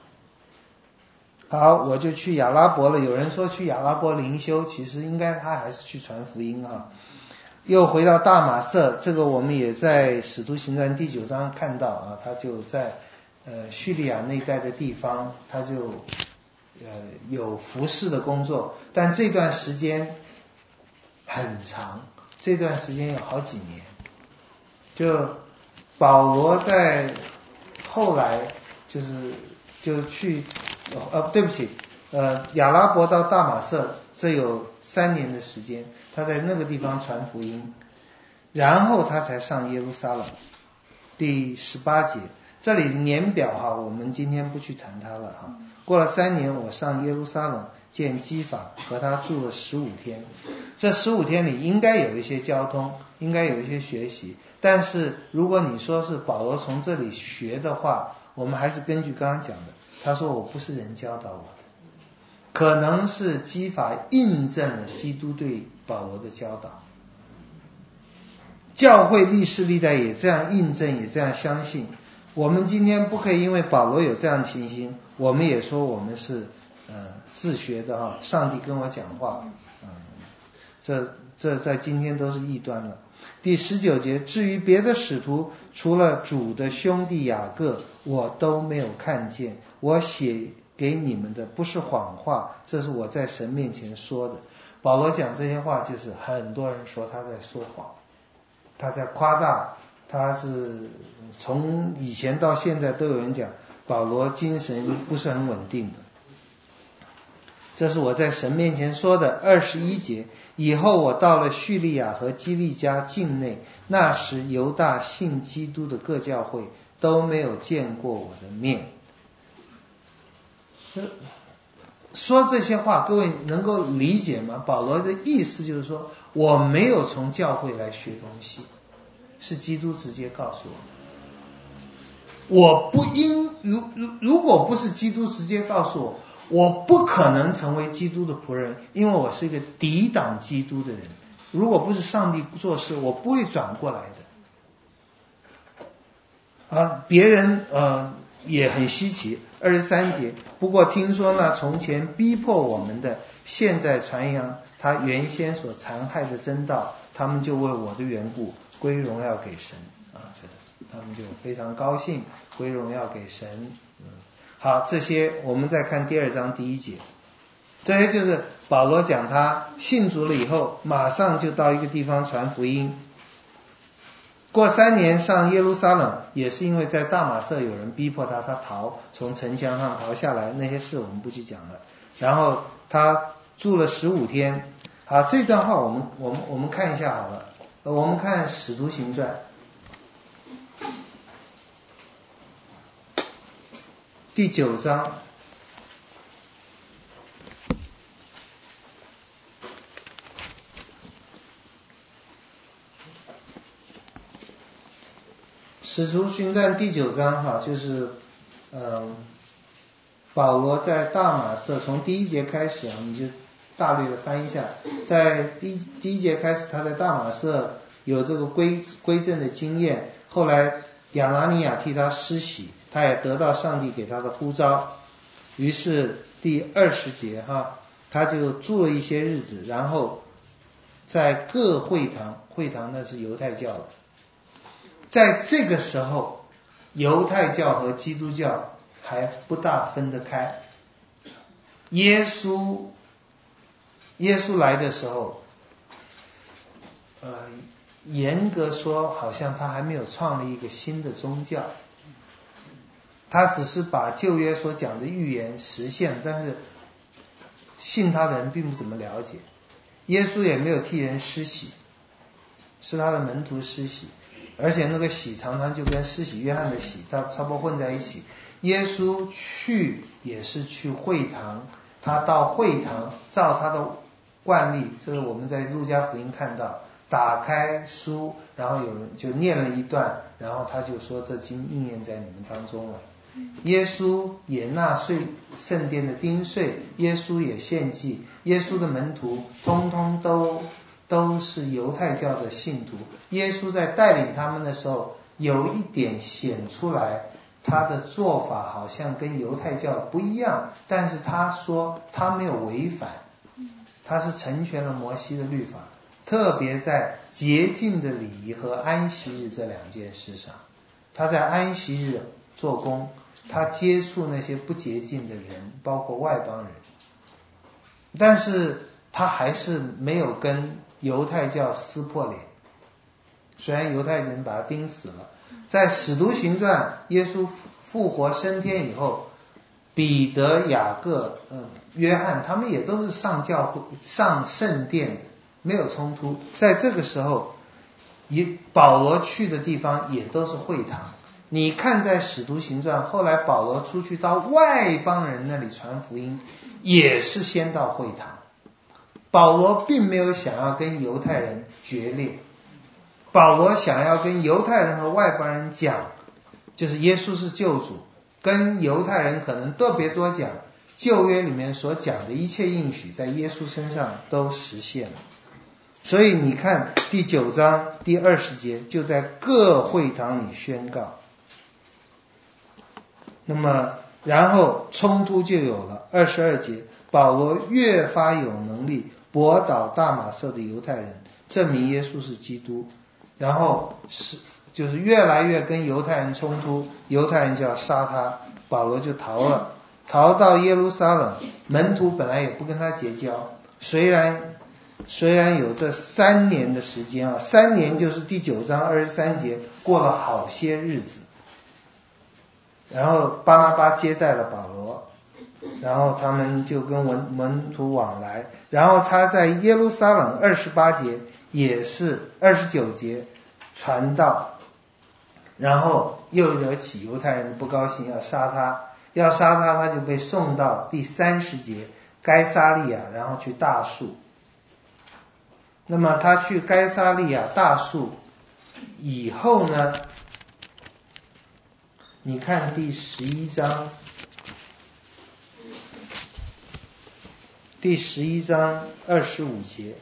好，我就去亚拉伯了。有人说去亚拉伯灵修，其实应该他还是去传福音啊。又回到大马色，这个我们也在使徒行传第九章看到啊，他就在呃叙利亚那一带的地方，他就呃有服侍的工作，但这段时间很长，这段时间有好几年。就保罗在后来就是就去呃对不起呃亚拉伯到大马色，这有三年的时间，他在那个地方传福音，然后他才上耶路撒冷。第十八节，这里年表哈，我们今天不去谈它了哈。过了三年，我上耶路撒冷见基法，和他住了十五天。这十五天里应该有一些交通，应该有一些学习。但是如果你说是保罗从这里学的话，我们还是根据刚刚讲的，他说我不是人教导我的，可能是基法印证了基督对保罗的教导。教会历世历代也这样印证，也这样相信。我们今天不可以因为保罗有这样情形，我们也说我们是呃自学的哈，上帝跟我讲话，嗯，这这在今天都是异端了。第十九节，至于别的使徒，除了主的兄弟雅各，我都没有看见。我写给你们的不是谎话，这是我在神面前说的。保罗讲这些话，就是很多人说他在说谎，他在夸大，他是从以前到现在都有人讲保罗精神不是很稳定的。这是我在神面前说的。二十一节，以后我到了叙利亚和基利家境内，那时犹大信基督的各教会都没有见过我的面。说这些话各位能够理解吗？保罗的意思就是说，我没有从教会来学东西，是基督直接告诉我。我不应如如如果不是基督直接告诉我，我不可能成为基督的仆人，因为我是一个抵挡基督的人。如果不是上帝做事，我不会转过来的。啊，别人呃也很稀奇。二十三节，不过听说呢，从前逼迫我们的，现在传扬他原先所残害的真道，他们就为我的缘故归荣耀给神啊，他们就非常高兴，归荣耀给神。嗯，好，这些我们再看第二章第一节，这些就是保罗讲他信主了以后，马上就到一个地方传福音。过三年上耶路撒冷，也是因为在大马色有人逼迫他，他逃，从城墙上逃下来，那些事我们不去讲了。然后他住了十五天。好，这段话我们我们我们看一下好了。我们看使徒行传第九章。使徒行传第九章哈，就是嗯，保罗在大马色，从第一节开始啊，你就大略的翻一下，在第第一节开始，他在大马色有这个归归正的经验，后来亚拿尼亚替他施洗，他也得到上帝给他的呼召，于是第二十节哈，他就住了一些日子，然后在各会堂，会堂那是犹太教的。在这个时候，犹太教和基督教还不大分得开。耶稣，耶稣来的时候，呃，严格说，好像他还没有创立一个新的宗教，他只是把旧约所讲的预言实现，但是信他的人并不怎么了解。耶稣也没有替人施洗，是他的门徒施洗。而且那个洗常常就跟施洗约翰的洗他差不多混在一起。耶稣去也是去会堂，他到会堂照他的惯例，这是我们在路加福音看到，打开书，然后有人就念了一段，然后他就说这经应验在你们当中了。耶稣也纳税圣殿的丁税，耶稣也献祭，耶稣的门徒通通都都是犹太教的信徒。耶稣在带领他们的时候，有一点显出来，他的做法好像跟犹太教不一样，但是他说他没有违反，他是成全了摩西的律法，特别在洁净的礼仪和安息日这两件事上，他在安息日做工，他接触那些不洁净的人，包括外邦人，但是他还是没有跟犹太教撕破脸，虽然犹太人把他钉死了。在使徒行传，耶稣复活升天以后，彼得、雅各、呃、约翰他们也都是上教会上圣殿的，没有冲突。在这个时候，保罗去的地方也都是会堂。你看在使徒行传，后来保罗出去到外邦人那里传福音，也是先到会堂。保罗并没有想要跟犹太人决裂，保罗想要跟犹太人和外邦人讲，就是耶稣是救主，跟犹太人可能特别多讲旧约里面所讲的一切应许在耶稣身上都实现了。所以你看第九章第二十节，就在各会堂里宣告。那么然后冲突就有了。二十二节，保罗越发有能力驳倒大马色的犹太人，证明耶稣是基督，然后是就是越来越跟犹太人冲突，犹太人就要杀他，保罗就逃了，逃到耶路撒冷。门徒本来也不跟他结交，虽然虽然有这三年的时间啊，三年就是第九章二十三节，过了好些日子。然后巴拿巴接待了保罗，然后他们就跟门徒往来，然后他在耶路撒冷二十八节也是二十九节传道，然后又惹起犹太人不高兴，要杀他，要杀他，他就被送到第三十节该撒利亚，然后去大树。那么他去该撒利亚大树以后呢，你看第十一章，第十一章二十五节，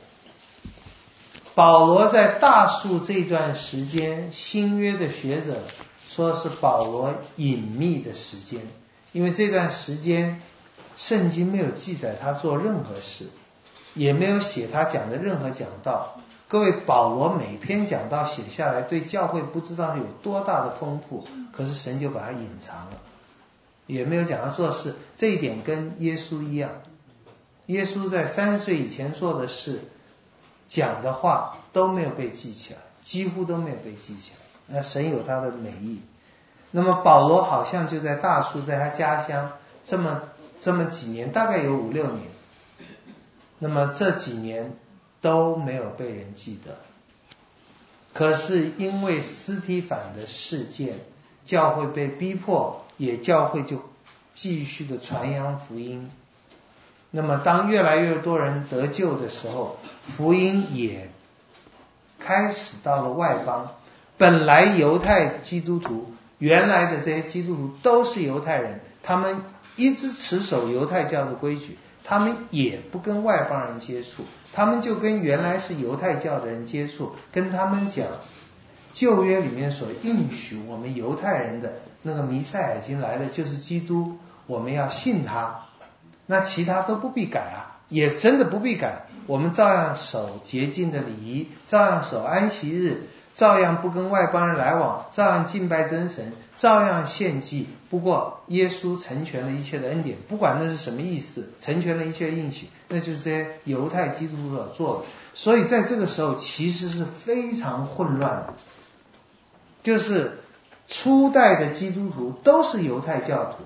保罗在大树这段时间，新约的学者说是保罗隐秘的时间，因为这段时间圣经没有记载他做任何事，也没有写他讲的任何讲道。各位，保罗每篇讲道写下来，对教会不知道有多大的丰富，可是神就把它隐藏了，也没有讲他做事。这一点跟耶稣一样，耶稣在三十岁以前做的事、讲的话都没有被记起来，几乎都没有被记起来。那神有他的美意。那么保罗好像就在大树，在他家乡这么这么几年，大概有五六年。那么这几年都没有被人记得。可是因为司提反的事件，教会被逼迫，也教会就继续的传扬福音。那么当越来越多人得救的时候，福音也开始到了外邦。本来犹太基督徒，原来的这些基督徒都是犹太人，他们一直持守犹太教的规矩，他们也不跟外邦人接触，他们就跟原来是犹太教的人接触，跟他们讲旧约里面所应许我们犹太人的那个弥赛亚已经来了，就是基督，我们要信他，那其他都不必改啊，也真的不必改，我们照样守洁净的礼仪，照样守安息日，照样不跟外邦人来往，照样敬拜真神，照样献祭。不过耶稣成全了一切的恩典，不管那是什么意思，成全了一切应许，那就是这些犹太基督徒所做的。所以在这个时候其实是非常混乱的，就是初代的基督徒都是犹太教徒。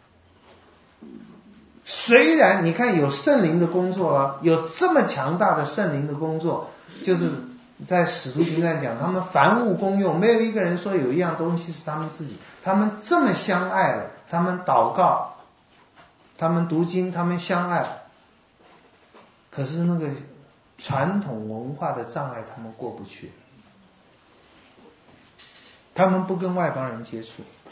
虽然你看有圣灵的工作啊，有这么强大的圣灵的工作，就是在使徒行传讲他们凡物公用，没有一个人说有一样东西是他们自己，他们这么相爱了，他们祷告，他们读经，他们相爱，可是那个传统文化的障碍他们过不去，他们不跟外邦人接触。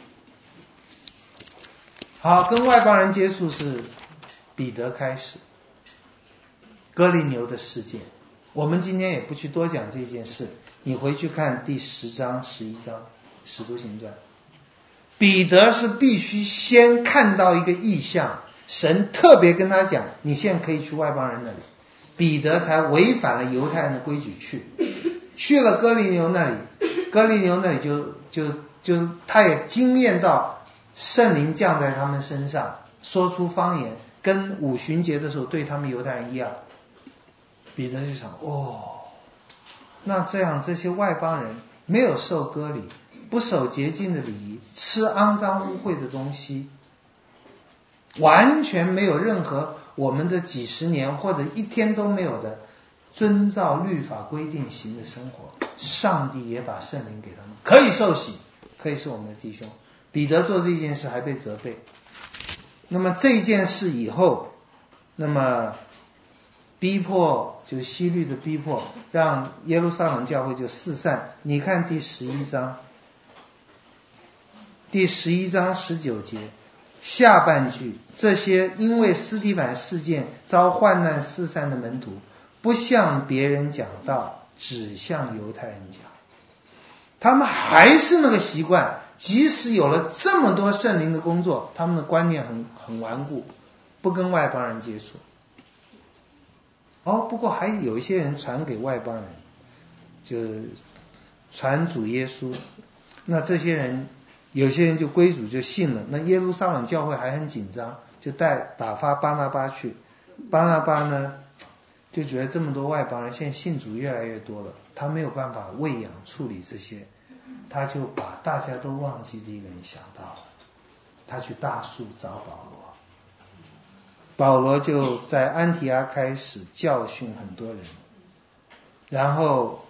好，跟外邦人接触是彼得开始哥尼流的事件，我们今天也不去多讲这件事，你回去看第十章十一章使徒行传。彼得是必须先看到一个异象，神特别跟他讲你现在可以去外邦人那里，彼得才违反了犹太人的规矩去去了哥尼流那里，哥尼流那里就就就他也经验到圣灵降在他们身上，说出方言，跟五旬节的时候对他们犹太人一样。彼得就想，哦，那这样这些外邦人没有受割礼，不守洁净的礼仪，吃肮脏污秽的东西，完全没有任何我们这几十年或者一天都没有的遵照律法规定行的生活，上帝也把圣灵给他们，可以受洗，可以是我们的弟兄。彼得做这件事还被责备。那么这件事以后，那么逼迫，就是希律的逼迫，让耶路撒冷教会就四散。你看第十一章，第十一章十九节下半句，这些因为司提反事件遭患难四散的门徒，不向别人讲道，只向犹太人讲。他们还是那个习惯，即使有了这么多圣灵的工作，他们的观念很很顽固，不跟外邦人接触。哦，不过还有一些人传给外邦人，就传主耶稣，那这些人有些人就归主就信了，那耶路撒冷教会还很紧张，就带打发巴拿巴去。巴拿巴呢就觉得这么多外邦人现在信主越来越多了，他没有办法喂养处理这些，他就把大家都忘记的一个人想到了，他去大树找保罗，保罗就在安提阿开始教训很多人，然后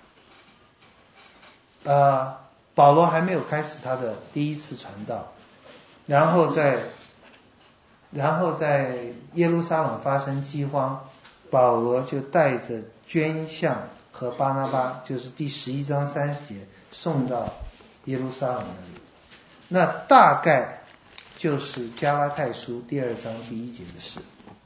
呃，保罗还没有开始他的第一次传道，然后在然后在耶路撒冷发生饥荒，保罗就带着捐项和巴拿巴，就是第十一章三十节，送到耶路撒冷那里。那大概就是加拉太书第二章第一节的事。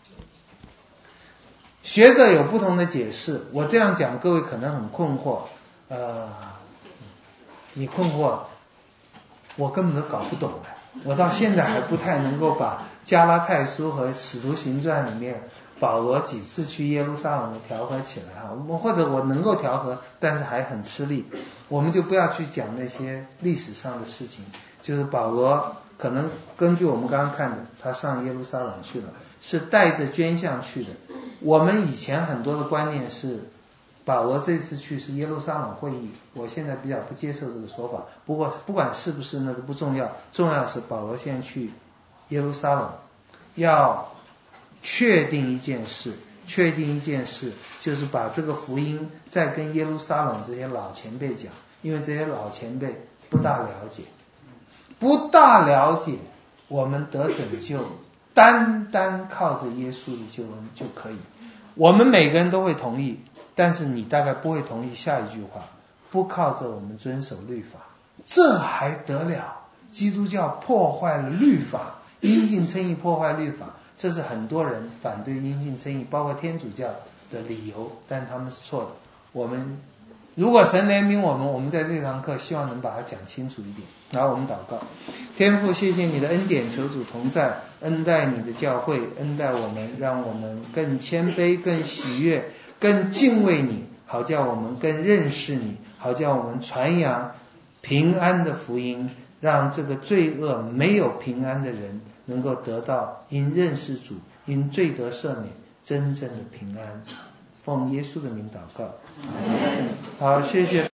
学者有不同的解释，我这样讲各位可能很困惑，呃，你困惑， 我根本都搞不懂的。我到现在还不太能够把加拉太书和使徒行传里面保罗几次去耶路撒冷的调和起来啊，或者我能够调和，但是还很吃力。我们就不要去讲那些历史上的事情，就是保罗可能根据我们刚刚看的，他上耶路撒冷去了，是带着捐项去的。我们以前很多的观念是保罗这次去是耶路撒冷会议，我现在比较不接受这个说法，不过不管是不是那个不重要，重要是保罗现在去耶路撒冷要确定一件事，确定一件事就是把这个福音再跟耶路撒冷这些老前辈讲，因为这些老前辈不大了解，不大了解我们得拯救单单靠着耶稣的救恩就可以。我们每个人都会同意，但是你大概不会同意下一句话，不靠着我们遵守律法，这还得了？基督教破坏了律法，因信称义破坏律法，这是很多人反对因信称义，包括天主教的理由，但他们是错的。我们如果神怜悯我们，我们在这堂课希望能把它讲清楚一点。然后我们祷告，天父，谢谢你的恩典，求主同在，恩待你的教会，恩待我们，让我们更谦卑，更喜悦，更敬畏你，好叫我们更认识你，好叫我们传扬平安的福音，让这个罪恶没有平安的人能够得到因认识主，因罪得赦免真正的平安。奉耶稣的名祷告，好，谢谢。